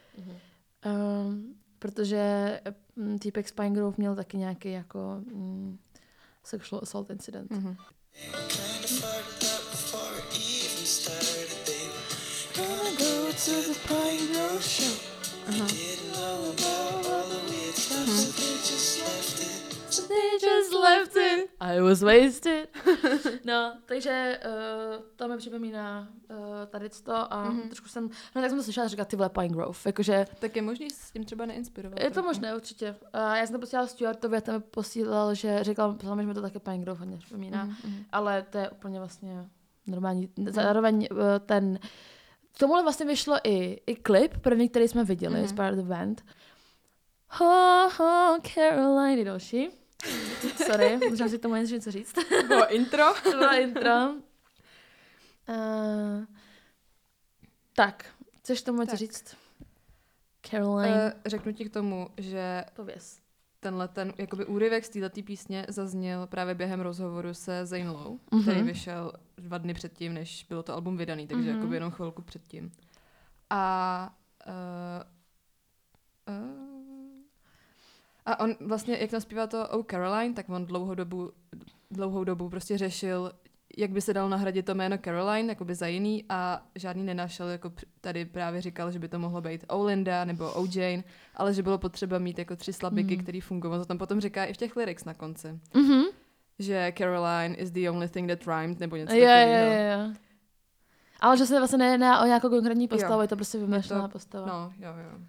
Protože týpek z Pine Grove měl taky nějaký jako sexual assault incident. Kinda fucked up before it even started. They were gonna go to the Pine Grove show. Didn't know about all the weird stuff, so they just left it. They just left it. I was wasted. No, takže to mi připomíná tady to a trošku jsem, no tak jsem to slyšela říkat ty vole Pine Grove, jakože Tak je možný s tím třeba neinspirovat. je to možné určitě. Já jsem to posílala Stuartovi a ten mi posílal, že říkal, že mi to také Pine Grove hodně připomíná, ale to je úplně vlastně normální. Zároveň ten, k tomuhle vlastně vyšlo i klip, první, který jsme viděli, z Part of the Band. Caroline, je další. Sorry, možná si tomu něco říct. To bylo intro. To bylo intro. Tak, chceš tomu něco říct? Caroline. Řeknu ti k tomu, že Pověz. tenhle ten jakoby úryvek z této písně zazněl právě během rozhovoru se Zane Lowe, který vyšel 2 dny předtím, než bylo to album vydaný, takže jakoby jenom chvilku předtím. A on vlastně, jak tam zpívá to Oh Caroline, tak on dlouhou dobu prostě řešil, jak by se dal nahradit to jméno Caroline, jakoby za jiný a žádný nenašel, jako tady právě říkal, že by to mohlo být O Linda nebo O Jane, ale že bylo potřeba mít jako 3 slabiky, který fungovaly. To tam potom říká i v těch lyrics na konci. Že Caroline is the only thing that rhymed, nebo něco takového. Jo. Ale že se vlastně nejedná o nějakou konkrétní postavu, je to prostě vymyšlená postava. No, jo.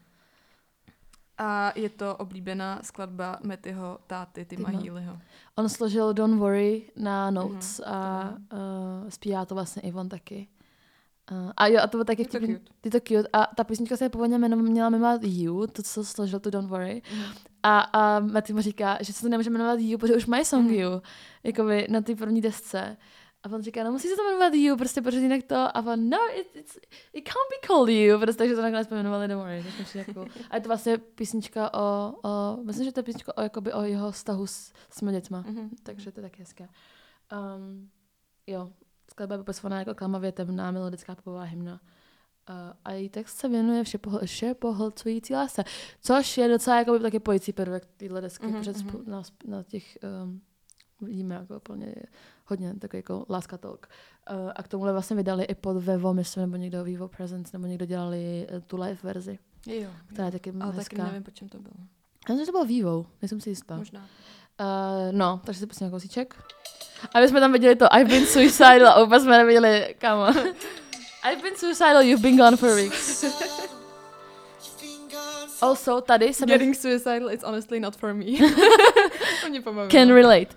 A je to oblíbená skladba Mattyho táty, Tima Healyho. On složil Don't Worry na Notes a zpívá to vlastně i on taky. A jo, a to bylo taky vtipný. Je to cute. A ta písnička se původně měla jmenovat You, to, co složil tu Don't Worry. A Matty mu říká, že se to nemůže jmenovat You, protože už mají song You, jakoby na té první desce. A on říká, no musí se to jmenovat You, prostě protože jinak to. A on, no, it can't be called You, prostě takže to nakonec pojmenovali Don't Worry. Jako. A je to vlastně písnička myslím, že to je písnička o jeho vztahu s těma dětma. Takže to je taky hezké. Jo, skladba je popisovaná jako klamavě temná melodická popová hymna. A její text se věnuje vše pohlcující lásce. Což je docela jako taky pojící prvek téhle desky, protože na těch vidíme jako úplně hodně takový jako láska talk. A k tomuhle vlastně vydali i pod Vevo, myslím, nebo někdo Vivo Presence, nebo někdo dělali tu live verzi. Jo. Která je taky ale hezká. taky nevím, po čem to bylo. Já myslím, že to bylo Vivo, nejsem si jistá. Možná. No, takže si pustíme kousíček. A my jsme tam viděli to I've been suicidal a oba jsme neviděli, kámo. I've been suicidal, you've been gone for weeks. Also, tady jsem... Getting suicidal, it's honestly not for me. To mě pobavilo. Can relate.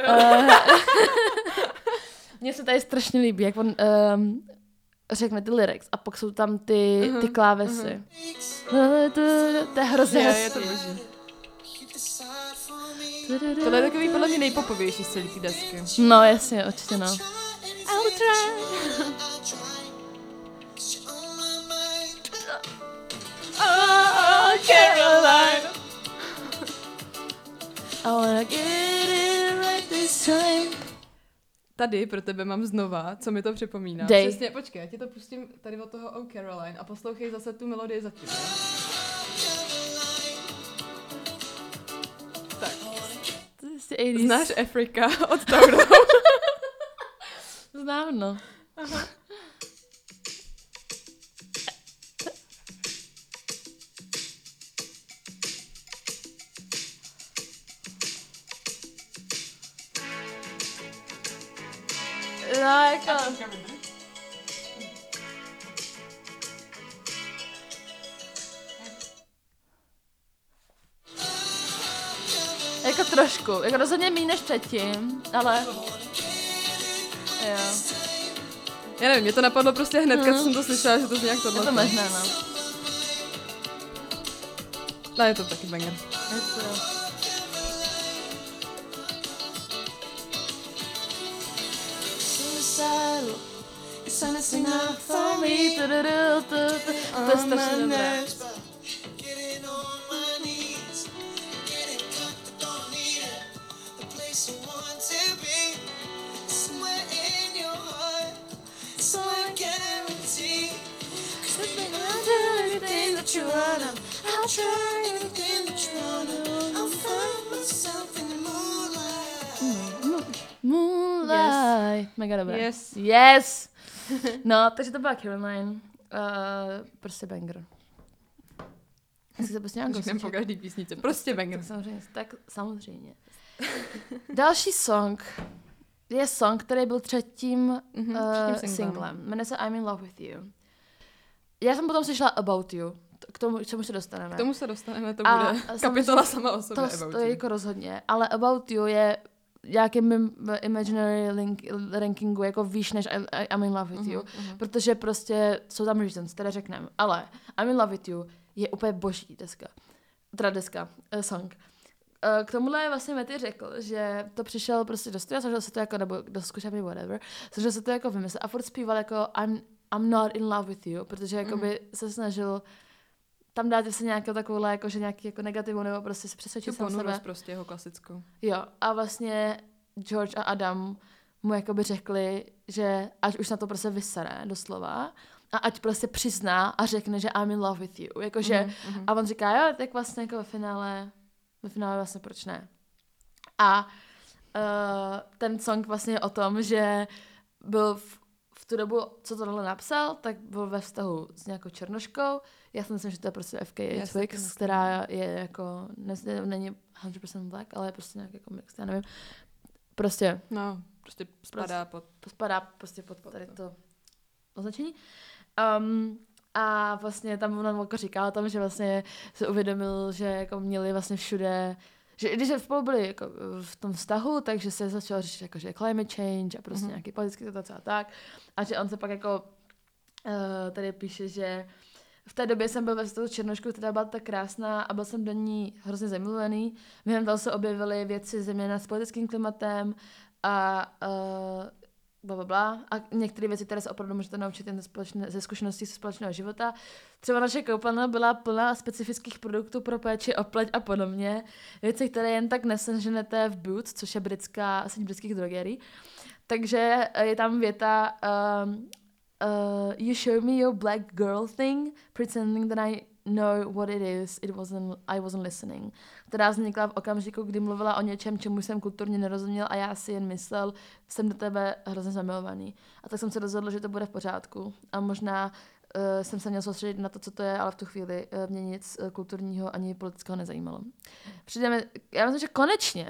Mně se tady strašně líbí, jak on řekne ty lyrics a pak jsou tam ty klávesy. To je hrozně je to boží. Tohle je takový podle mě nejpopovější z celé té desky. No, jasně, určitě no. I'll try. Oh, Caroline. I wanna get it right this time. Tady pro tebe mám znova, co mi to připomíná. Dej. Přesně, počkej, já ti to pustím tady od toho Oh Caroline a poslouchej zase tu melodii zatím. Tak. Znáš Afrika od Tauro? Znám, no. No, jako... Jako trošku, jako rozhodně méně než předtím, ale... Jo. Já nevím, mě to napadlo prostě hnedka, co jsem to slyšela, že to zní jak tohle. Je to možné, no. No, je to taky banger. Je to... It's honestly not for me. To je strašně dobré. Getting on my knees, getting cut, but don't need it. The place I want what you want. I'll try anything that you want. I'll find myself in the moonlight. Moonlight. Mega dobré. Yes. Yes. No, takže to byla Caroline. Prostě banger. Jestli se prostě nějak Řekneme po každý písnice. Prostě banger. Tak samozřejmě. Další song je song, který byl třetím singlem. Jmenuje se I'm in love with you. Já jsem potom slyšela About you. K tomu, čemu se dostaneme. K tomu se dostaneme, to bude kapitola sama o sobě. To je jako rozhodně. Ale About you je nějakým imaginary rankingu jako výš než I'm in love with you. Protože prostě jsou tam reasons, které řekneme. Ale I'm in love with you je úplně boží song. K tomuhle vlastně Matty řekl, že to přišel prostě do studia, snažil se to jako, nebo do zkušení, whatever, snažil se to jako vymyslet a furt zpíval jako I'm not in love with you, protože jakoby se snažil tam dát se nějakou takovouhle, jakože nějaký jako negativu, nebo prostě se přesvědčit sám sebe. Prostě jeho klasickou. Jo, a vlastně George a Adam mu jakoby řekli, že ať už na to prostě vysere, doslova, a ať prostě přizná a řekne, že I'm in love with you. Jakože, a on říká, jo, tak vlastně jako ve finále vlastně proč ne. A ten song vlastně je o tom, že byl v tu dobu, co tohle napsal, tak byl ve vztahu s nějakou černoškou. Já si myslím, že to je prostě FKA Twigs, která je jako, není 100% black, ale je prostě nějak jako mix, já nevím. Prostě. No, prostě spadá pod tady to označení. A vlastně tam on jako říkal tam, že vlastně se uvědomil, že jako měli vlastně všude, že když spolu byli jako v tom vztahu, takže se začal řešit jako, že climate change a prostě nějaký politický situace a tak. A že on se pak jako tady píše, že v té době jsem byl ve vztahu s černoškou, která byla tak krásná a byl jsem do ní hrozně zamilovaný. Během toho se objevily věci zejména s politickým klimatem a blablabla. A některé věci, které se opravdu můžete naučit jen ze zkušeností ze společného života. Třeba naše koupelna byla plná specifických produktů pro péči o pleť a podobně. Věci, které jen tak neseženete v Boots, což je britská, síť britských drogerií. Takže je tam věta You show me your black girl thing, pretending that I know what it is, I wasn't listening. Která vznikla v okamžiku, kdy mluvila o něčem, čemu jsem kulturně nerozuměl a já si jen myslel, jsem do tebe hrozně zamilovaný. A tak jsem se rozhodl, že to bude v pořádku. A možná jsem se měl soustředit na to, co to je, ale v tu chvíli mě nic kulturního ani politického nezajímalo. Já myslím, že konečně,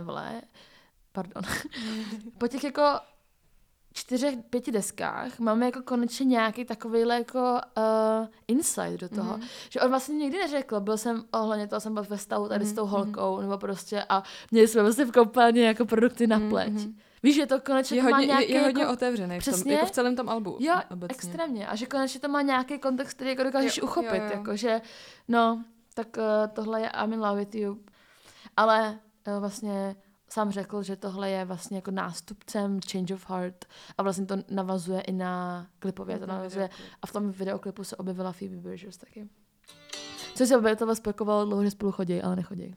po těch jako 4-5 deskách máme jako konečně nějaký takovýhle jako insight do toho. Že on vlastně nikdy neřekl, ohledně toho jsem byl ve stavu tady s tou holkou, nebo prostě a měli jsme vlastně v koupelně jako produkty na pleť. Víš, že to konečně to má nějaký je hodně jako, otevřený v tom, jako v celém tom albu. Jo, obecně. Extrémně. A že konečně to má nějaký kontext, který jako dokážeš uchopit. Jo. Jako, že, no, tak tohle je I'm in love with you. Ale vlastně sám řekl, že tohle je vlastně jako nástupcem Change of Heart a vlastně to navazuje i na klipově. To navazuje. A v tom videoklipu se objevila Phoebe Bridgers taky. Což se objevilo spojkovalo dlouho, že spolu chodí, ale nechodí.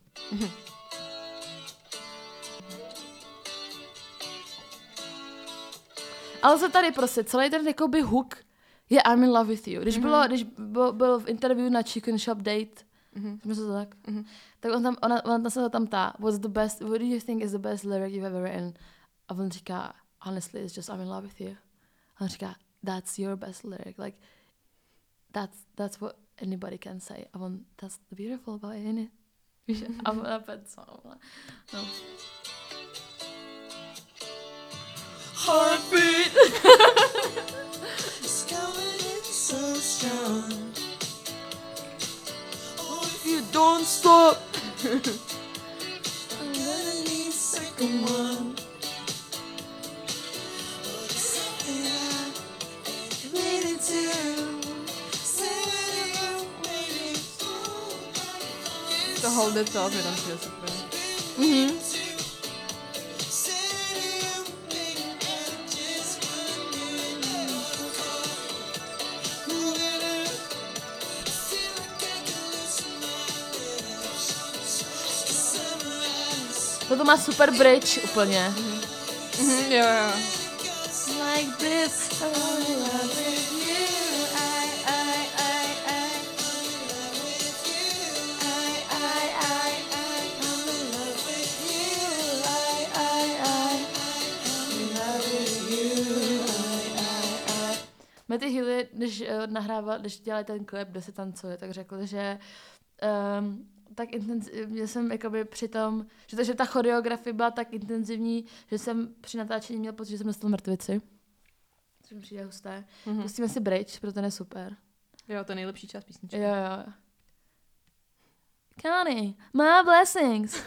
Ale se tady prostě celý ten jakoby hook je I'm in love with you. Když byl v interview na Chicken Shop Date, to tak? Tak ona se tam ptá, what do you think is the best lyric you've ever written? A on říká, honestly, it's just I'm in love with you. A on říká, that's your best lyric. Like, that's what anybody can say. A on, that's the beautiful about it, isn't it? Víš, a ona pět song. No. Heartbeat! It's going in so strong. You don't stop. I'm gonna need a second one. Oh, there's something I'm waiting to. To Hold It Up je tam přijde super. Toto má super bridge úplně. Jo. Like this. když dělali ten klip, kde se tancuje, tak řekl, že tak intenzivně jsem jakoby při tom, že ta choreografie byla tak intenzivní, že jsem při natáčení měl pocit, že jsem dostal mrtvici. Což mi přijde husté. Pustíme si bridge, protože ten je super. Jo, to je nejlepší část písničky. Jo. Connie, my blessings.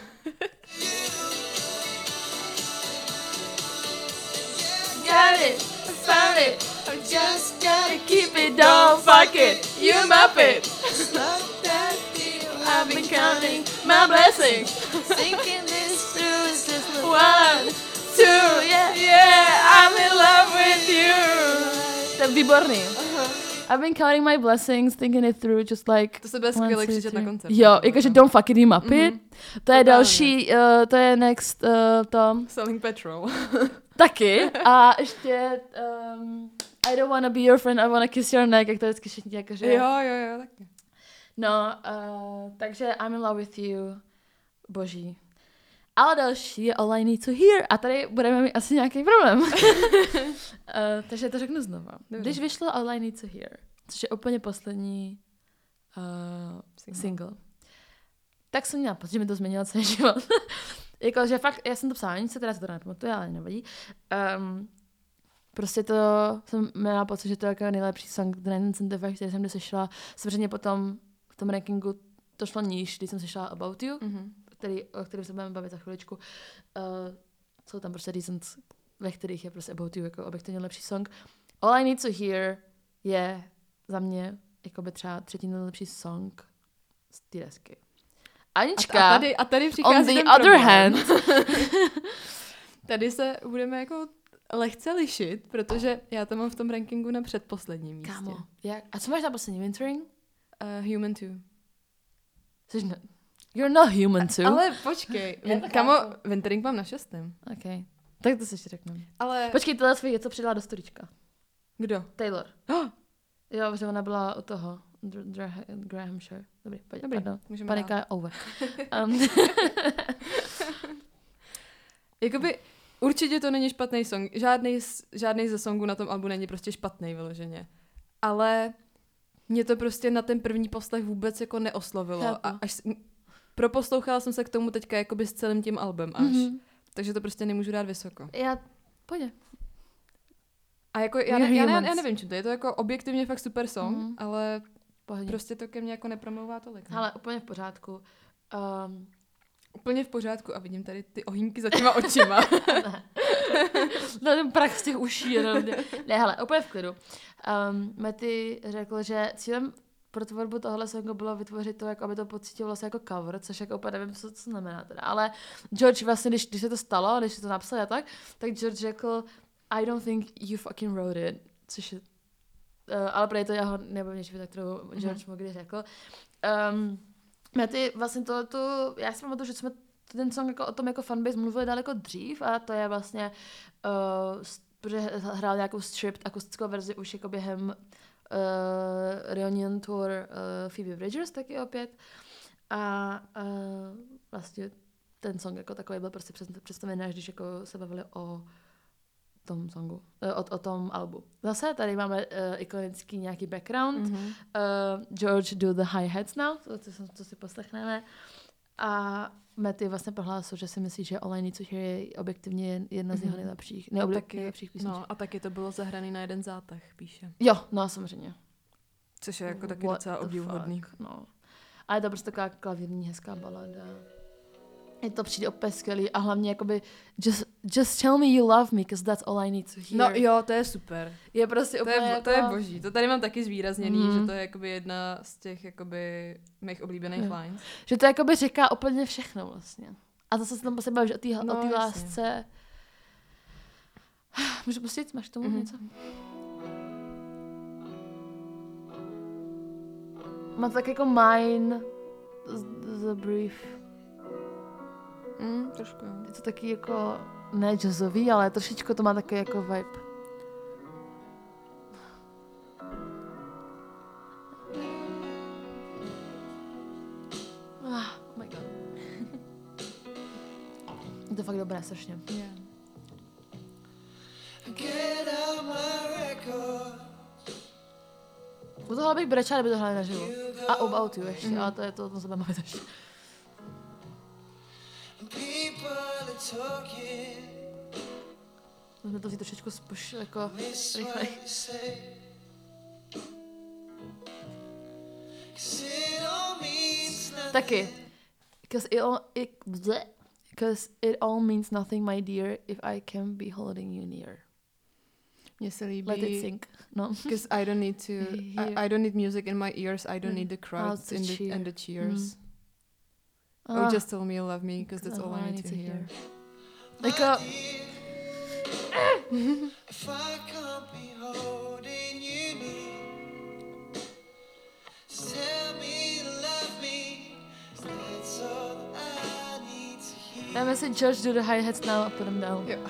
Got it, I found it, I just gotta keep it, don't fuck it, you muppet. Love that deal, I've been counting my blessings. Thinking this through is just 1, 2, yeah, I'm in love with you. To je výborný. I've been counting my blessings, thinking it through, just like... To se bude skvěle křičet na koncertu. Jo, jakože don't fuck it, you muppet. To je další, to je next, to... Selling petrol. Taky. A ještě I don't wanna be your friend, I wanna kiss your neck, jak to vždycky všichni jakože... Jo, taky. No, takže I'm in love with you, boží. Ale další je All I Need to Hear a tady budeme mít asi nějaký problém. Takže to řeknu znova. Dobře. Když vyšlo All I Need to Hear, což je úplně poslední single, tak jsem měla pocit, že mi to změnilo celý život. Jako, že fakt, já jsem to psala, nic se teda to nepamatuju, ale nevadí. Prostě to jsem měla pocit, že to je jako nejlepší song The Nine Incentive, který jsem sešla. Samozřejmě potom v tom rankingu to šlo níž, když jsem sešla About You, o kterém se budeme bavit za chviličku. Jsou tam prostě reasons, ve kterých je prostě About You jako objektivně lepší song. All I Need to Hear je za mě jako by třeba třetí nejlepší song z té desky. Anička, a tady přichází on the ten other problém. hand. Tady se budeme jako lehce lišit, protože já to mám v tom rankingu na předposledním místě. Kámo, jak? A co máš na poslední? Wintering? Human 2. You're not human too. Ale počkej, kamo, Wintering mám na 6. Okay. Tak to si ještě řeknu. Ale... Počkej, tohle svoji něco přidala do storička. Kdo? Taylor. Jo, že ona byla u toho. Grahamshire. Dobrý, pardon. Panika je over. Jakoby určitě to není špatný song. Žádný ze songů na tom albu není prostě špatný vyloženě. Ale mě to prostě na ten první poslech vůbec jako neoslovilo. A až proposlouchala jsem se k tomu teďka jakoby s celým tím albem až. Takže to prostě nemůžu dát vysoko. Pojď. A jako já nevím, čím to je. To jako objektivně fakt super song, ale prostě to ke mně jako nepromlouvá tolik. Ale úplně v pořádku. Úplně v pořádku a vidím tady ty ohýnky za těma očima. No ten prach z těch uší. Ne, hele, úplně v klidu. Matty řekl, že cílem pro tvorbu tohle songu bylo vytvořit to, jako aby to pocítilo vlastně jako cover, což jako úplně nevím, co znamená teda. Ale George vlastně, když se to stalo, když se to napsal a tak George řekl I don't think you fucking wrote it, což je, ale pro to já ho nebavím něčím, tak kterou George mu kdy řekl. Matty vlastně já si pamatuju, že jsme ten song jako o tom jako fanbase mluvili daleko dřív a to je vlastně, protože hrál nějakou stripped akustickou verzi už jako během reunion tour Phoebe Bridgers taky opět a vlastně ten song jako takový byl prostě představený, až když jako se bavili o tom songu, o tom albu. Zase tady máme ikonický nějaký background. George do the hi-hats now, to si poslechneme. A Matty vlastně prohlásil, že si myslí, že All I Need to Hear je objektivně jedna z jeho nejlepších písniček. No a taky to bylo zahraný na jeden zátah, píše. Jo, no samozřejmě. Což je jako taky docela obdivuhodný. No. Ale je to prostě taková klavírní hezká balada. Je to přijde opět skvělý a hlavně jakoby just tell me you love me, because that's all I need to hear. No jo, to je super. Je prostě úplně to je boží. To tady mám taky zvýrazněný, že to je jakoby jedna z těch jakoby mých oblíbených lines. Že to jakoby říká úplně všechno vlastně. A zase se tam prostě bavíš o té lásce. Můžu pustit? Máš k tomu něco? Má to tak jako mine the brief. Trošku. Je to taky jako, ne jazzový, ale trošičku to má takový jako vibe. Oh my god. Je to fakt dobré, strašně. Yeah. Get out my record. bych brečela, kdyby to hráli naživo. A About You ještě, ale to je to, o tom se budeme mluvit ještě. Můžeme to vzít trošičku jako rychlej. Taky. Because it all means nothing, my dear, if I can be holding you near. Mně se líbí. Let it sink. No. Because I don't need to. I don't need music in my ears. I don't need the crowds and the cheers. Oh, just tell me you love me, because that's all I need to hear. Jako... If I can't be holding you near, tell me you love me, that's all I need to hear. Dáme si George do the hi-hats now a put them down. Jo.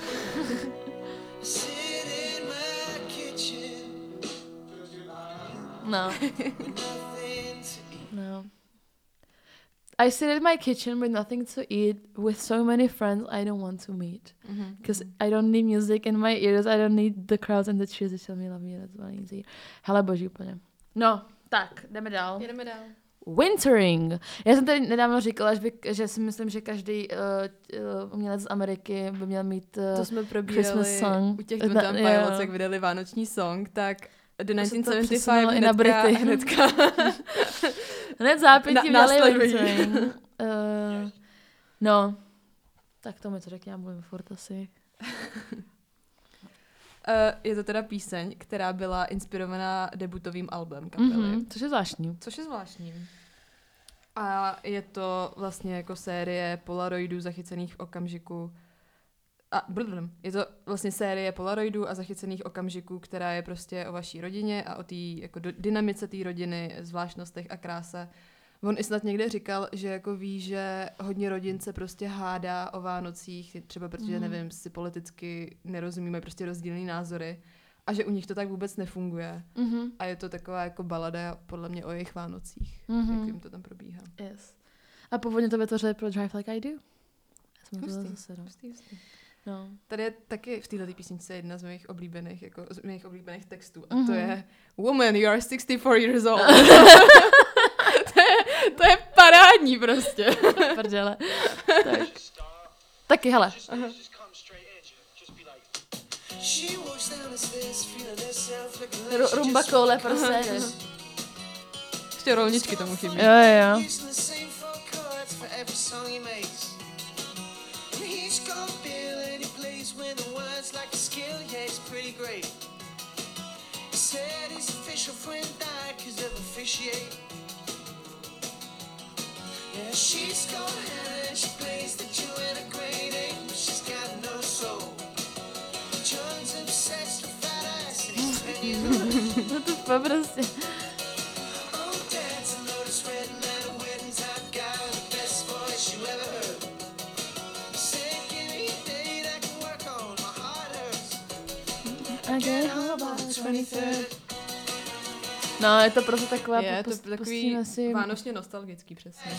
Sit in my kitchen, No. with nothing to eat. No. I sit in my kitchen with nothing to eat, with so many friends I don't want to meet. Because I don't need music in my ears, I don't need the crowds and the cheers that tell me love me, that's what I need to hear. Hele boží úplně. No, tak, jdeme dál. Jedeme dál. Wintering. Já jsem tady nedávno říkala, že si myslím, že každý umělec z Ameriky by měl mít to jsme Christmas song. U těch Twenty Pilots, jak vydali vánoční song, tak The 1975 i na Brity. Hnedka. Hned zápětí vdali následují. Wintering. No, tak to mi to řekně, já mluvím furt asi. Je to teda píseň, která byla inspirovaná debutovým albem kapely. Což je zvláštní. Což je zvláštní. A je to vlastně jako série polaroidů zachycených v okamžiku. Je to vlastně série polaroidů a zachycených okamžiků, která je prostě o vaší rodině a o té jako dynamice té rodiny, zvláštnostech a kráse. On i snad někde říkal, že jako ví, že hodně rodin se prostě hádá o Vánocích, třeba protože, nevím, si politicky nerozumíme, prostě rozdílný názory a že u nich to tak vůbec nefunguje. A je to taková jako balada podle mě o jejich Vánocích, jak jim to tam probíhá. Yes. A původně to vytvořili pro Drive Like I Do. Hustý. No. Tady je taky v této písničce jedna z mých oblíbených textů a to je Woman, you are 64 years old. to je parádní prostě. Prdele. Tak. Taky, hele. Rumba koule prostě. Ještě rovničky tomu chybí. Jo. Yeah, she's gone and she plays the Jew in a great aim, but she's got no soul. John's obsessed with fat ass and he's 10 years old. No to prostě. Oh, Dad's a lotus red and a wedding top guy with the best voice you ever heard. He said, give me a date I can work on, my heart hurts. I get home by the 23rd. No, je to prostě taková, je to takový si... vánočně nostalgický přesně.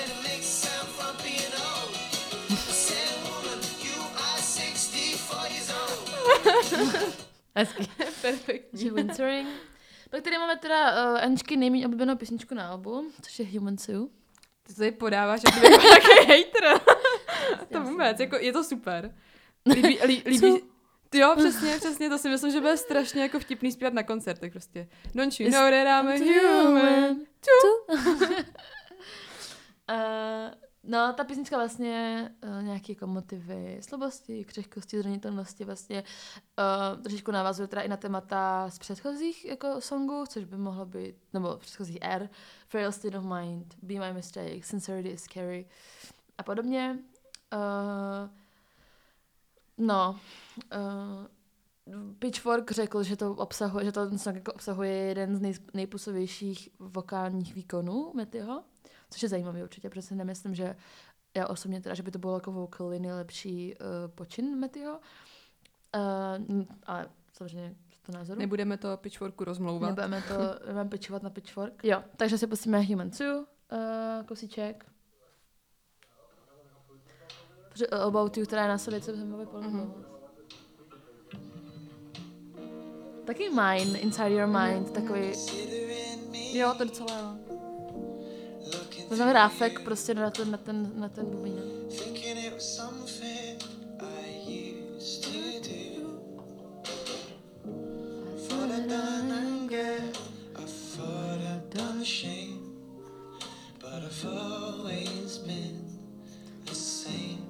Hezky. Perfektní. Wintering. Pak tady máme teda Aničky nejméně oblíbenou písničku na albu, což je Human Zoo. Ty se podáváš jako takový hater. To vůbec, jako je to super. Líbí jo, přesně, to si myslím, že bude strašně jako vtipný zpívat na koncertech prostě. Don't you know that I'm a human too? No, ta písnička vlastně nějaké jako motivy slabosti, křehkosti, zranitelnosti vlastně trošičku navazuje teda i na témata z předchozích jako songů, což by mohlo být, nebo předchozích R, Frail State of Mind, Be My Mistake, Sincerity is Scary a podobně. Pitchfork řekl, že to obsahuje, že to song jako obsahuje jeden z nejpůsobivějších vokálních výkonů Mattyho, což je zajímavý určitě, protože si nemyslím, že já osobně teda, že by to bylo jako vocally nejlepší počin Mattyho, ale samozřejmě to názoru. Nebudeme to Pitchforku rozmlouvat. Nebudeme pitchovat na Pitchfork. Jo, takže si pustíme Human Zoo, kousíček. About You, která je následující, jsem mluvil Taky Mine, Inside Your Mind, takový... Jo, to docela jo. To znamená ráfek prostě na ten bubínek. Thinking it was something I used to do. I thought I'd done anger, I thought I'd done shame, but I've always been the same.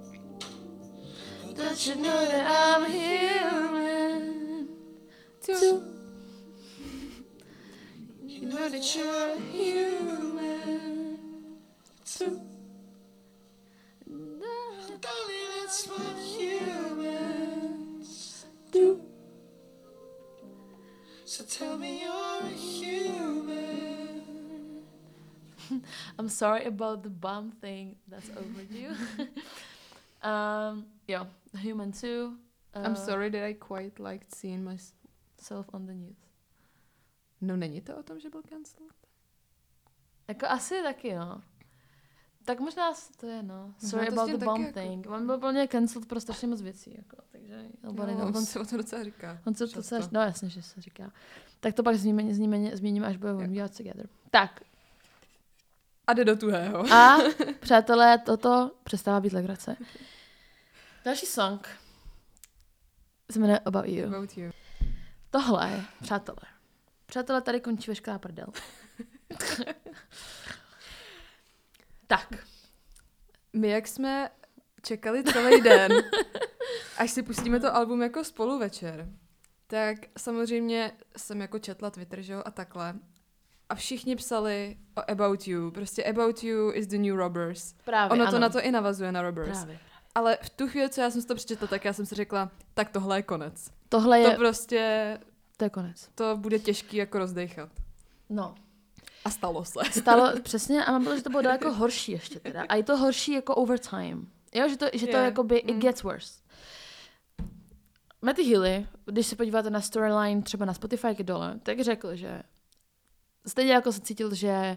Don't you know that I'm human too? You know that you're human too. Darling, that's what humans do. So tell me you're a human. I'm sorry about the bomb thing. That's overdue. Yeah, human too. I'm sorry that I quite liked seeing Myself on the news. No není to o tom, že byl cancelled? Jako asi taky, no. Tak možná to je, no. Sorry to s about tím the taky bomb jako- thing. On byl plně cancelled pro strašně moc věcí, jako, takže... On se o to docela říká. On se často. to no jasně, že se říká. Tak to pak zmíníme, až bude When We Are Together. Tak. A jde do tuhého. A, přátelé, toto přestává být legrace. Další song se jmenuje About You. About you. Tohle, přátelé, tady končí veškerá prdel. Tak. My jak jsme čekali celý den, až si pustíme to album jako spolu večer, tak samozřejmě jsem jako četla Twitter, že jo, a takhle. A všichni psali o About You. Prostě About You is the new Robbers. Právě, Ono ano. to na to i navazuje na Robbers. Právě. Ale v tu chvíli, co já jsem si to přečetla, tak já jsem si řekla, tak tohle je konec. Tohle je, To prostě, to je konec. to bude těžký jako rozdejchat. No. A stalo se. Stalo, přesně, a mám pocit, že to bylo daleko horší ještě teda. A je to horší jako over time. Jo, že to jakoby, it gets worse. Matty Healy, když se podíváte na storyline třeba na Spotify dole, tak řekl, že stejně jako se cítil, že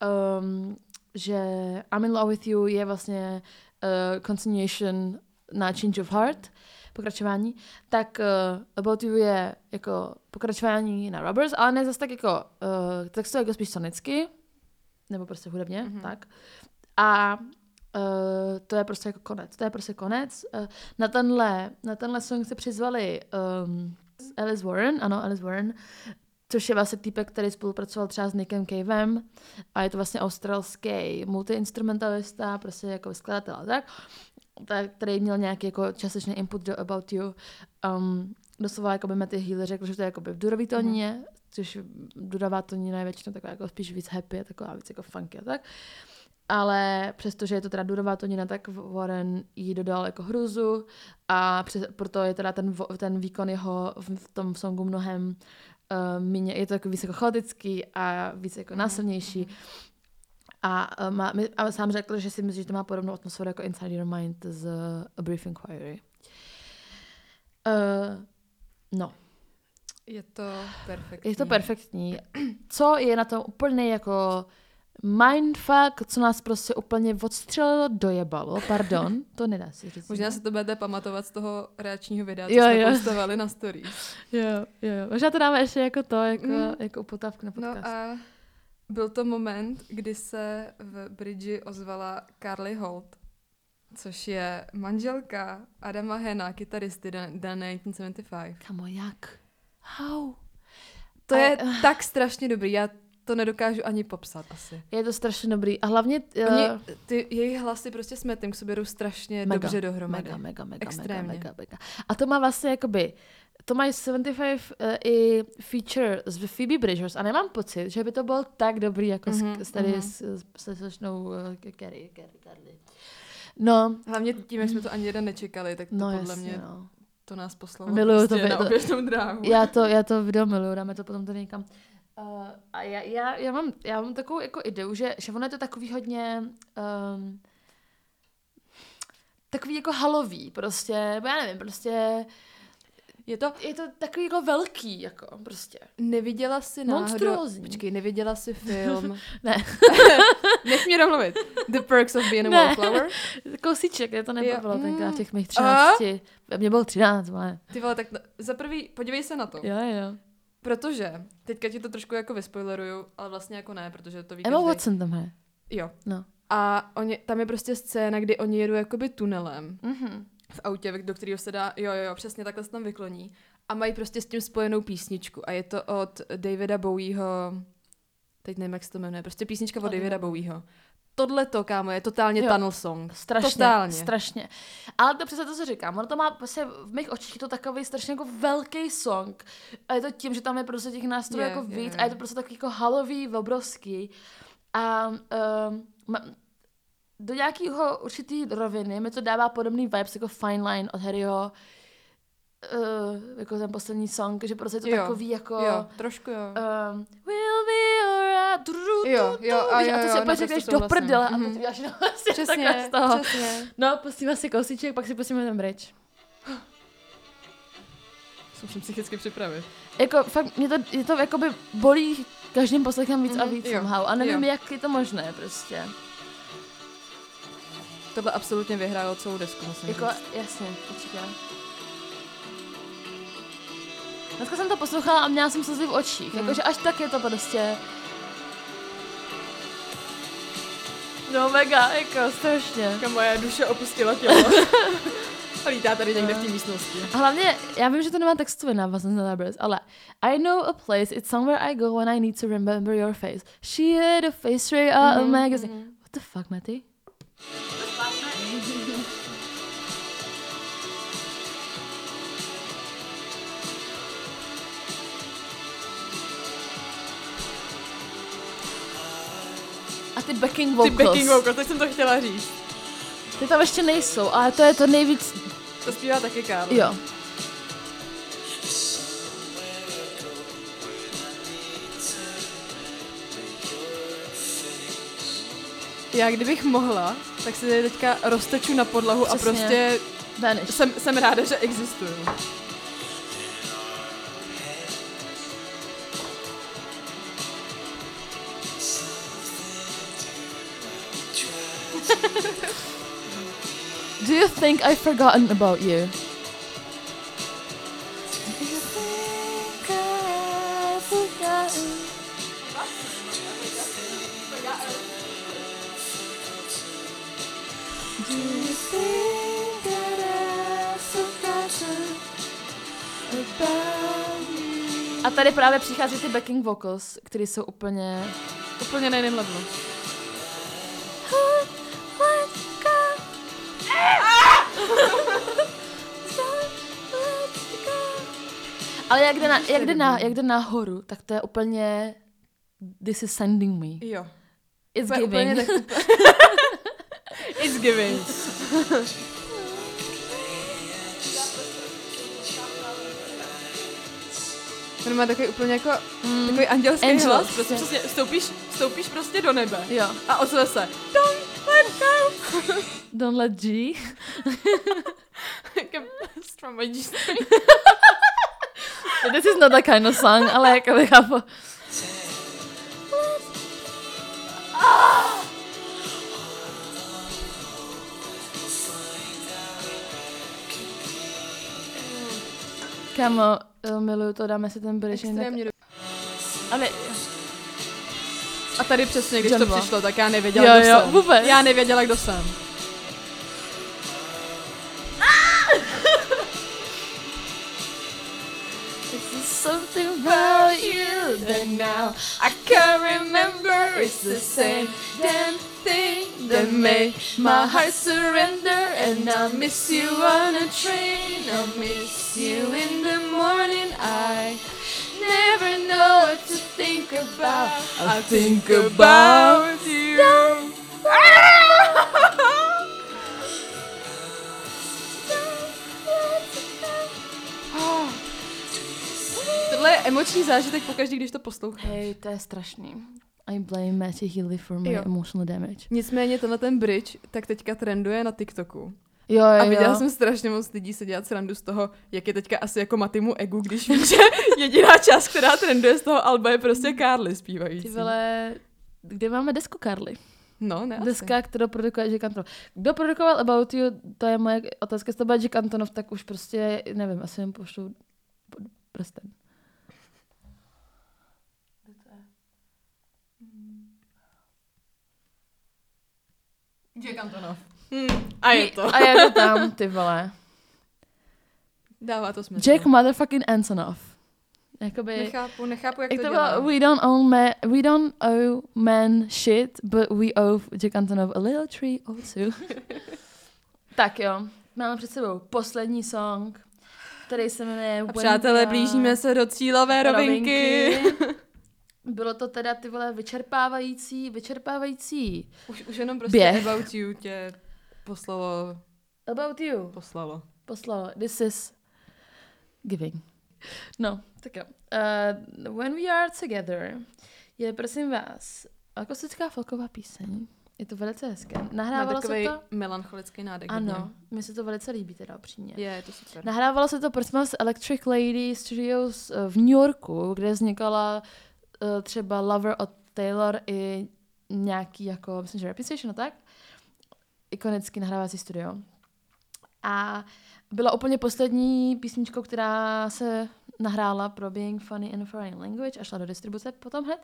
I'm in love with you je vlastně continuation na Change of Heart, pokračování, tak About You je jako pokračování na Robbers, ale ne zase tak jako, tak to jako spíš sonicky, nebo prostě hudebně, tak. A to je prostě jako konec. To je prostě konec. Na tenhle song se přizvali Alice Warren, což je vlastně týpek, který spolupracoval třeba s Nickem Cavem a je to vlastně australský multiinstrumentalista, prostě jako skladatel a tak, který měl nějaký jako částečný input do About You. Doslova jako by Matty Healy řekl, že to je jako v durový tónině, což durová tónina je většinou taková jako spíš víc happy, taková víc jako funky a tak. Ale přestože je to teda durová tonina, tak Warren jí dodal jako hruzu a proto je teda ten výkon jeho v tom songu mnohem méně, je to jako víc jako chaotický a víc jako násilnější. A sám řekl, že si myslí, že to má podobnou atmosféru jako Inside Your Mind z A Brief Inquiry. No. Je to perfektní. Je to perfektní. Co je na tom úplně jako mindfuck, co nás prostě úplně odstřelilo, dojebalo, pardon, to nedá si říct. Možná si to budete pamatovat z toho reakčního videa, co jsme postovali na stories. Jo. Možná to dáme ještě jako to, jako upotávku na podcast. No a byl to moment, kdy se v bridži ozvala Carly Holt, což je manželka Adama Hena, kytaristy The 1975. Kamo, jak? How? To je tak strašně dobrý, já to nedokážu ani popsat asi. Je to strašně dobrý a hlavně... Ty jejich hlasy prostě s Mattem k sobě jdou strašně dobře dohromady. Mega. Extrémně. A to má vlastně jakoby... To mají 75 i feature s Phoebe Bridgers a nemám pocit, že by to bylo tak dobrý jako s slečnou Carly. No. Hlavně tím, jak jsme to ani jeden nečekali, tak to podle jasně, mě no. to nás poslalo Miluju prostě na oběžnou dráhu. Já to video miluju, dáme to potom tady někam. A já mám takovou jako ideu, že ono je to takový hodně takový jako halový prostě, bo já nevím, prostě je to takový jako velký, jako prostě. Neviděla jsi monstrózní. Počkej, neviděla jsi film? Ne. Nech mě domluvit. The Perks of Being a Wallflower? Kousíček, je to nebavilo tenkrát v těch mých 13. Mě bylo 13, ale. Ty vole, tak za prvý, podívej se na to. Jo. Protože, teďka ti to trošku jako vyspoileruju, ale vlastně jako ne, protože to ví Emma každej. Watson tam hraje. Jo. No. A tam je prostě scéna, kdy oni jedou jakoby tunelem Mhm. v autě, do kterého se dá, jo, přesně takhle se tam vykloní. A mají prostě s tím spojenou písničku. A je to od Davida Bowieho, teď nevím, jak se to jmenuje, prostě písnička od Davida Bowieho. Tohleto, kámo, je totálně tunnel song. Strašně. Ale to přesně to, co říkám. Ono to má prostě v mých očích je to takový strašně jako velký song. A je to tím, že tam je prostě těch nástrojů jako víc a je to prostě takový jako halový, obrovský. A do nějakého určitý roviny mi to dává podobný vibes jako Fine Line od Harryho. Jako ten poslední song, že prostě je to takový jako... Jo, trošku jo. We'll be alright. A ty si opět řekneš do prdele a ty děláš vlastně přesně, z toho. Přesně. No, pustíme si kousíček, pak si pustíme ten bridge. Musím psychicky připravit. Jako fakt, mě to jakoby bolí každým poslechem víc a víc somehow. A nevím, jak je to možné prostě. Tohle absolutně vyhrálo celou desku, musím jako, říct. Jasně, určitě. Dneska jsem to poslouchala a měla jsem slzy v očích. Jakože až tak je to prostě... No mega, jako strašně. Moje duše opustila tělo. A lítá tady někde v té místnosti. A hlavně, já vím, že to nemá textový návaznost na Labradors, ale I know a place, it's somewhere I go when I need to remember your face. She had a face straight out of a magazine. What the fuck, Matty? A ty backing vocals. Teď jsem to chtěla říct. Ty tam ještě nejsou, ale to je to nejvíc... To zpívá taky Karl. Jo. Já kdybych mohla, tak si teďka rozteču na podlahu. Přesně. A prostě jsem ráda, že existuju. Do you think I've forgotten about you? A tady právě přichází ty backing vocals, které jsou úplně na jiném levelu. Ale jak jde nahoru, tak to je úplně this is sending me. Jo. It's giving. It's giving. On má takový úplně jako takový andělský hlas. Prostě přesně vstoupíš prostě do nebe. Jo. A ozve se Don't let go. Don't let G. From my G. This is not that kind of song, ale jako chápu. Kámo, miluju to, dáme si ten bridge. Ale... A tady přesně, když John to přišlo, tak já nevěděla, kdo jsem. Vůbec. Já nevěděla, kdo jsem. Something about you that now I can't remember. It's the same damn thing that made my heart surrender. And I miss you on a train, I miss you in the morning. I never know what to think about. I think about you. Tohle je emoční zážitek pokaždý, když to posloucháš. Hej, to je strašný. I blame Matthew Healy for my emotional damage. Nicméně tenhle ten bridge tak teďka trenduje na TikToku. Jo. A viděla jsem strašně moc lidí se dělat srandu z toho, jak je teďka asi jako Matimu egu, když víš, že jediná část, která trenduje z toho alba je prostě Carly zpívající. Ty vole, kde máme desku Carly? No, ne asi. Deska, kterou produkuje Jack Antonov. Kdo produkoval About You, to je moje otázka. Jestli to bude Jack Antonov, tak už prostě, nevím, asi jim pošlu prstem. Jack Antonoff. A je to tam, ty vole. Dává to smysl. Jack motherfucking Antonoff. Jakoby... Nechápu, jak to dělá. We don't owe men shit, but we owe Jack Antonoff a little tree or two. Tak jo, máme před sebou poslední song, který se jmenuje A přátelé, blížíme se do cílové rovinky. Bylo to teda ty vole vyčerpávající Už jenom prostě běh. About You tě poslalo. About You. Poslalo. This is giving. No, tak jo. When We Are Together je, prosím vás, akustická folková píseň. Je to velice hezké. Nahrávalo se to... melancholický nádech. Ano, mně se to velice líbí teda upřímně. Je to super. Nahrávalo se to, prosím vás, Electric Lady Studios v New Yorku, kde vznikala třeba Lover od Taylor i nějaký jako, myslím, že Reputation, tak? Ikonický nahrávací studio. A byla úplně poslední písničkou, která se nahrála pro Being Funny in a Foreign Language a šla do distribuce potom hned.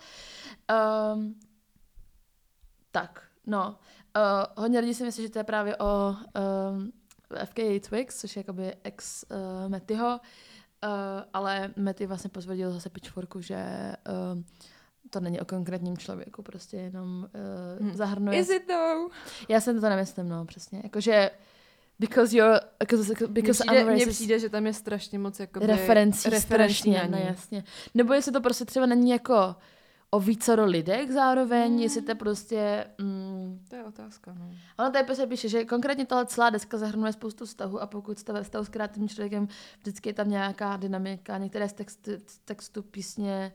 Hodně lidí si myslí, že to je právě o FKA Twigs, což je jakoby ex Mattyho, ale Matty vlastně potvrdil zase Pitchforku, že to není o konkrétním člověku, prostě jenom zahrnuje... Is it though? Já jsem to nemyslím, no, přesně. Jakože because Mně přijde, že tam je strašně moc jakoby referenční na no ní. jasně. Nebo jestli to prostě třeba není jako o vícero lidech zároveň, jestli to prostě... To je otázka, no. Ono tady prostě píše, že konkrétně tahle celá deska zahrnuje spoustu vztahů a pokud jste ve vztahu s kreativním člověkem, vždycky je tam nějaká dynamika, některé z textu písně,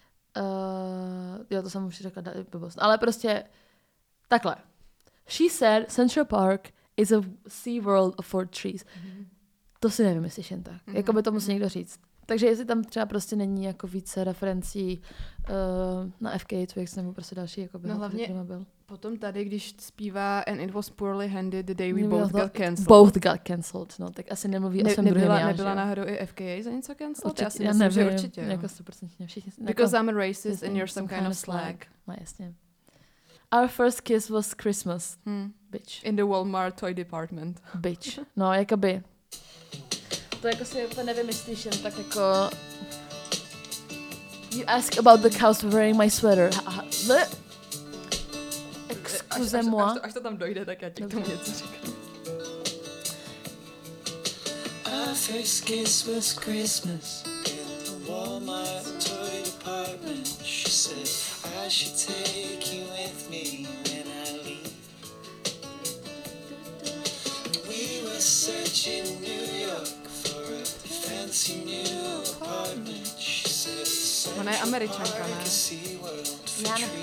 to jsem už řekla, blbost, ale prostě takhle. She said Central Park is a sea world of four trees. To si nevymyslíš jen tak. Jako by to musí někdo říct. Takže jestli tam třeba prostě není jako více referencí na FKA Twigs nebo prostě další jako by hlavně byl. Potom tady, když zpívá And it was poorly handed the day we both got cancelled. Both got cancelled, no, tak asi nemluví o svém druhém já, nebyla náhodou i FKA za něco cancelled? Určitě, já si myslím, že určitě. Jako 100% všichni. Because I'm a racist and you're some kind of slag. No jasně. Our first kiss was Christmas. Bitch. In the Walmart toy department. Bitch. No, jakoby. To jako si úplně nevymyslíš jen tak jako... You ask about the cows wearing my sweater. Excusez-moi. Až to tam dojde, tak já ti k tomu něco řeknu. Our first kiss was Christmas in the Walmart toy department. She said I should take you with me when I leave. We were searching New York for a fancy new apartment. She said Ona je Američanka, ne? Já ne.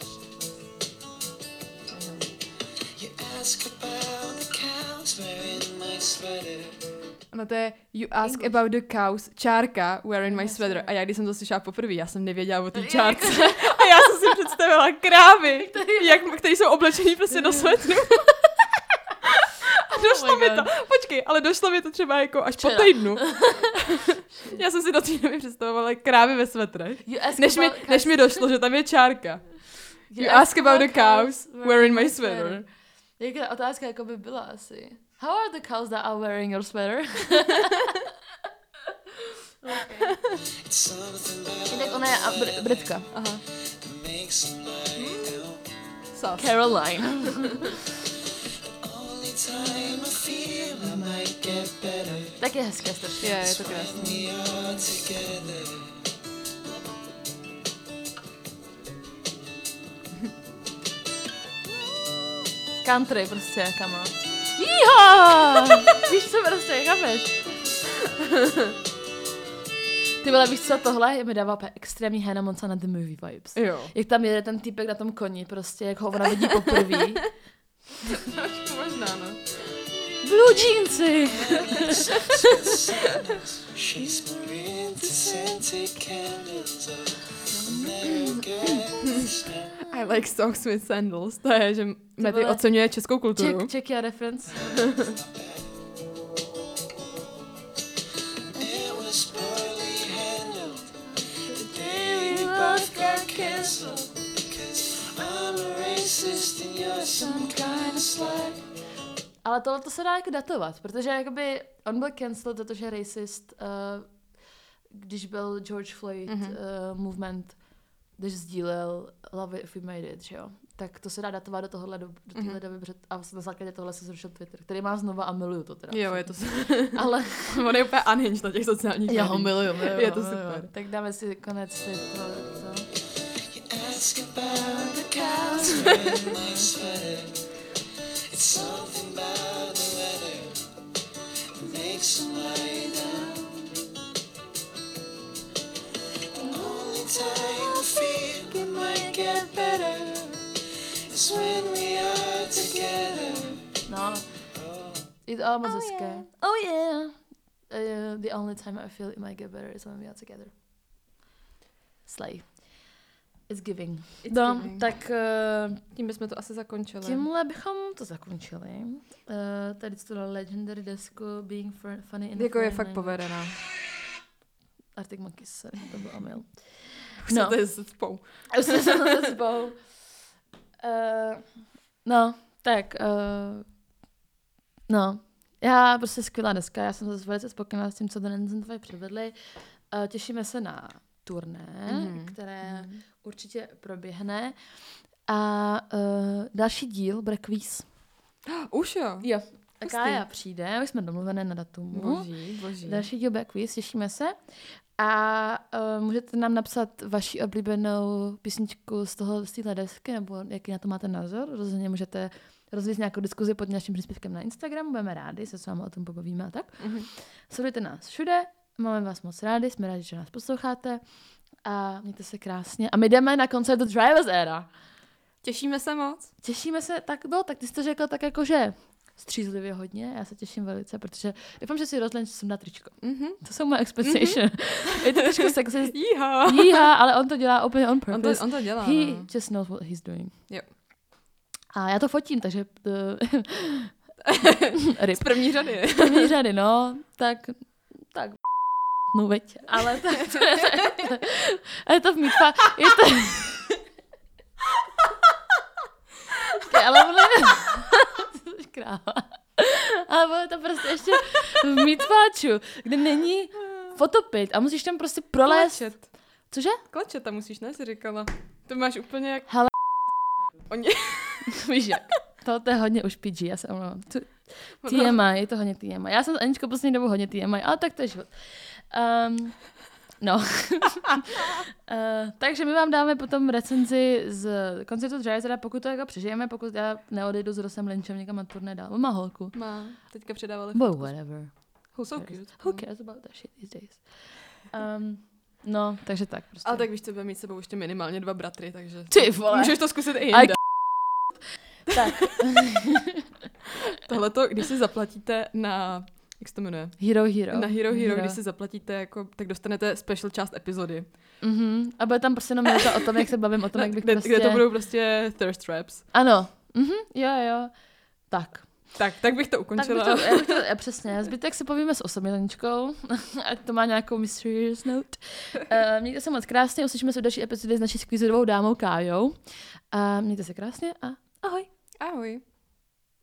You ask about the cows wearing my sweater. Ono to je You ask about the cows, čárka, wearing my sweater. A já když jsem to slyšela poprvé, já jsem nevěděla o té čárce. A já jsem si představila krávy, který jsou oblečený prostě do svetru. A došlo mi to, počkej, ale došlo mi to třeba jako až po týdnu. Já jsem si do té doby představovala krávy ve svetrech. Než mi došlo, že tam je čárka. You ask about the cows wearing my sweater. Jaká otázka jako by byla asi. How are the cows that are wearing your sweater? Jinak ona je Britka. Aha. Caroline. Tak je hezké strašně. Je to krásné. Country prostě, kama. Jíha! Víš co prostě, chápeš? Ty vole, víš co, tohle mi dává extrémní Hannah Montana The Movie vibes. Jo. Jak tam jede ten týpek na tom koni, prostě, jak ho ona vidí poprvé. Možná, no. Blue jeansy! I like socks with sandals. To je, že Matty oceňuje českou kulturu. Check your reference. Because I'm a racist. racist and you're some kind of slut. Ale tohle to se dá jako datovat, protože jakoby on byl cancelled, protože je racist, když byl George Floyd movement, když sdílel Love It If We Made It, že jo? Tak to se dá datovat do tohohle do téhle doby, a na základě tohle se zrušil Twitter, který má znova a miluju to teda. Jo, je to ale on je úplně unhinged na těch sociálních já ho médiích. miluju. Je to super. Tak dáme si konec to. Ask about the cows wearing my sweater. It's something about the weather that makes them lie down. The only time I feel we might get better is when we are together. No. It's almost a scare. Oh yeah. The only time I feel it might get better is when we are together. Slay. It's giving. Giving. Tak Tím bychom to asi zakončili. tímhle bychom to zakončili. Tady to Legendary desku Being Funny in Jako the je Foreign fakt Language. povedená. Arctic Monkeys, sorry, to byl omyl. No. To je se spou. Už se se spou. No, tak. No, já prostě skvělá deska, já jsem zase velice spokojená s tím, co Denzentové přivedli. Těšíme se na turné, které určitě proběhne. A další díl bude kvíz. Už jo. Jo. A Kája přijde, už jsme domluvené na datumu. Boží. Další díl bude kvíz, těšíme se. A můžete nám napsat vaši oblíbenou písničku z téhle desky, nebo jaký na to máte názor. Rozhodně můžete rozvíjet nějakou diskuzi pod naším příspěvkem na Instagramu, budeme rádi, se s vámi o tom pobavíme a tak. Sledujte nás všude, máme vás moc rádi, jsme rádi, že nás posloucháte a mějte se krásně. A my jdeme na koncert do Drivers Era. Těšíme se moc. Těšíme se, tak ty jsi to řekl tak jakože střízlivě hodně, já se těším velice, protože doufám, že si rozhledně jsem na tričko. To jsou moje expectation. Je to trošku sexist. Jíha, ale on to dělá úplně on purpose. On to dělá. He just knows what he's doing. Jo. A já to fotím, takže Z první řady. Z první řady, no. Tak no veď. Ale to je to v mítva. Je to... ale kráva. Ale bylo to prostě ještě v mítváču, kde není fotopit a musíš tam prostě prolézt. Klečet. Cože? Klečet tam musíš, ne? Jsi říkala. To máš úplně jak... Hele. Oni... Víš jak? To je hodně už PG, já se omlouvám. TMI, je to hodně TMI. Já jsem s Aničkou poslední dobu hodně TMI, ale tak to je život. No. Takže my vám dáme potom recenzi z koncertu Dryzera, pokud to jako přežijeme, pokud já neodejdu s Rosem Lynchem někam na turné dál. On má holku. Má. Teďka předávali But whatever. Who cares about that shit these days? No, takže tak prostě. Ale tak víš, co bude mít s sebou ještě minimálně 2 bratry, takže... Ty vole. Můžeš to zkusit i jinde. Tak. Tohleto, když si zaplatíte na... Jak se to jmenuje? Hero. Na Hero, když si zaplatíte, jako, tak dostanete special část epizody. A bude tam prostě jenom minuta o tom, jak se bavím o tom, jak bych prostě... Kde to budou prostě thirst traps. Ano. Jo. Tak bych to ukončila. Přesně. Zbytek se povíme s osamileničkou. Ať to má nějakou mysterious note. Mějte se moc krásně, uslyšíme se v další epizodě s naší skvízovou dámou Kájou. Mějte se krásně a ahoj. Ahoj.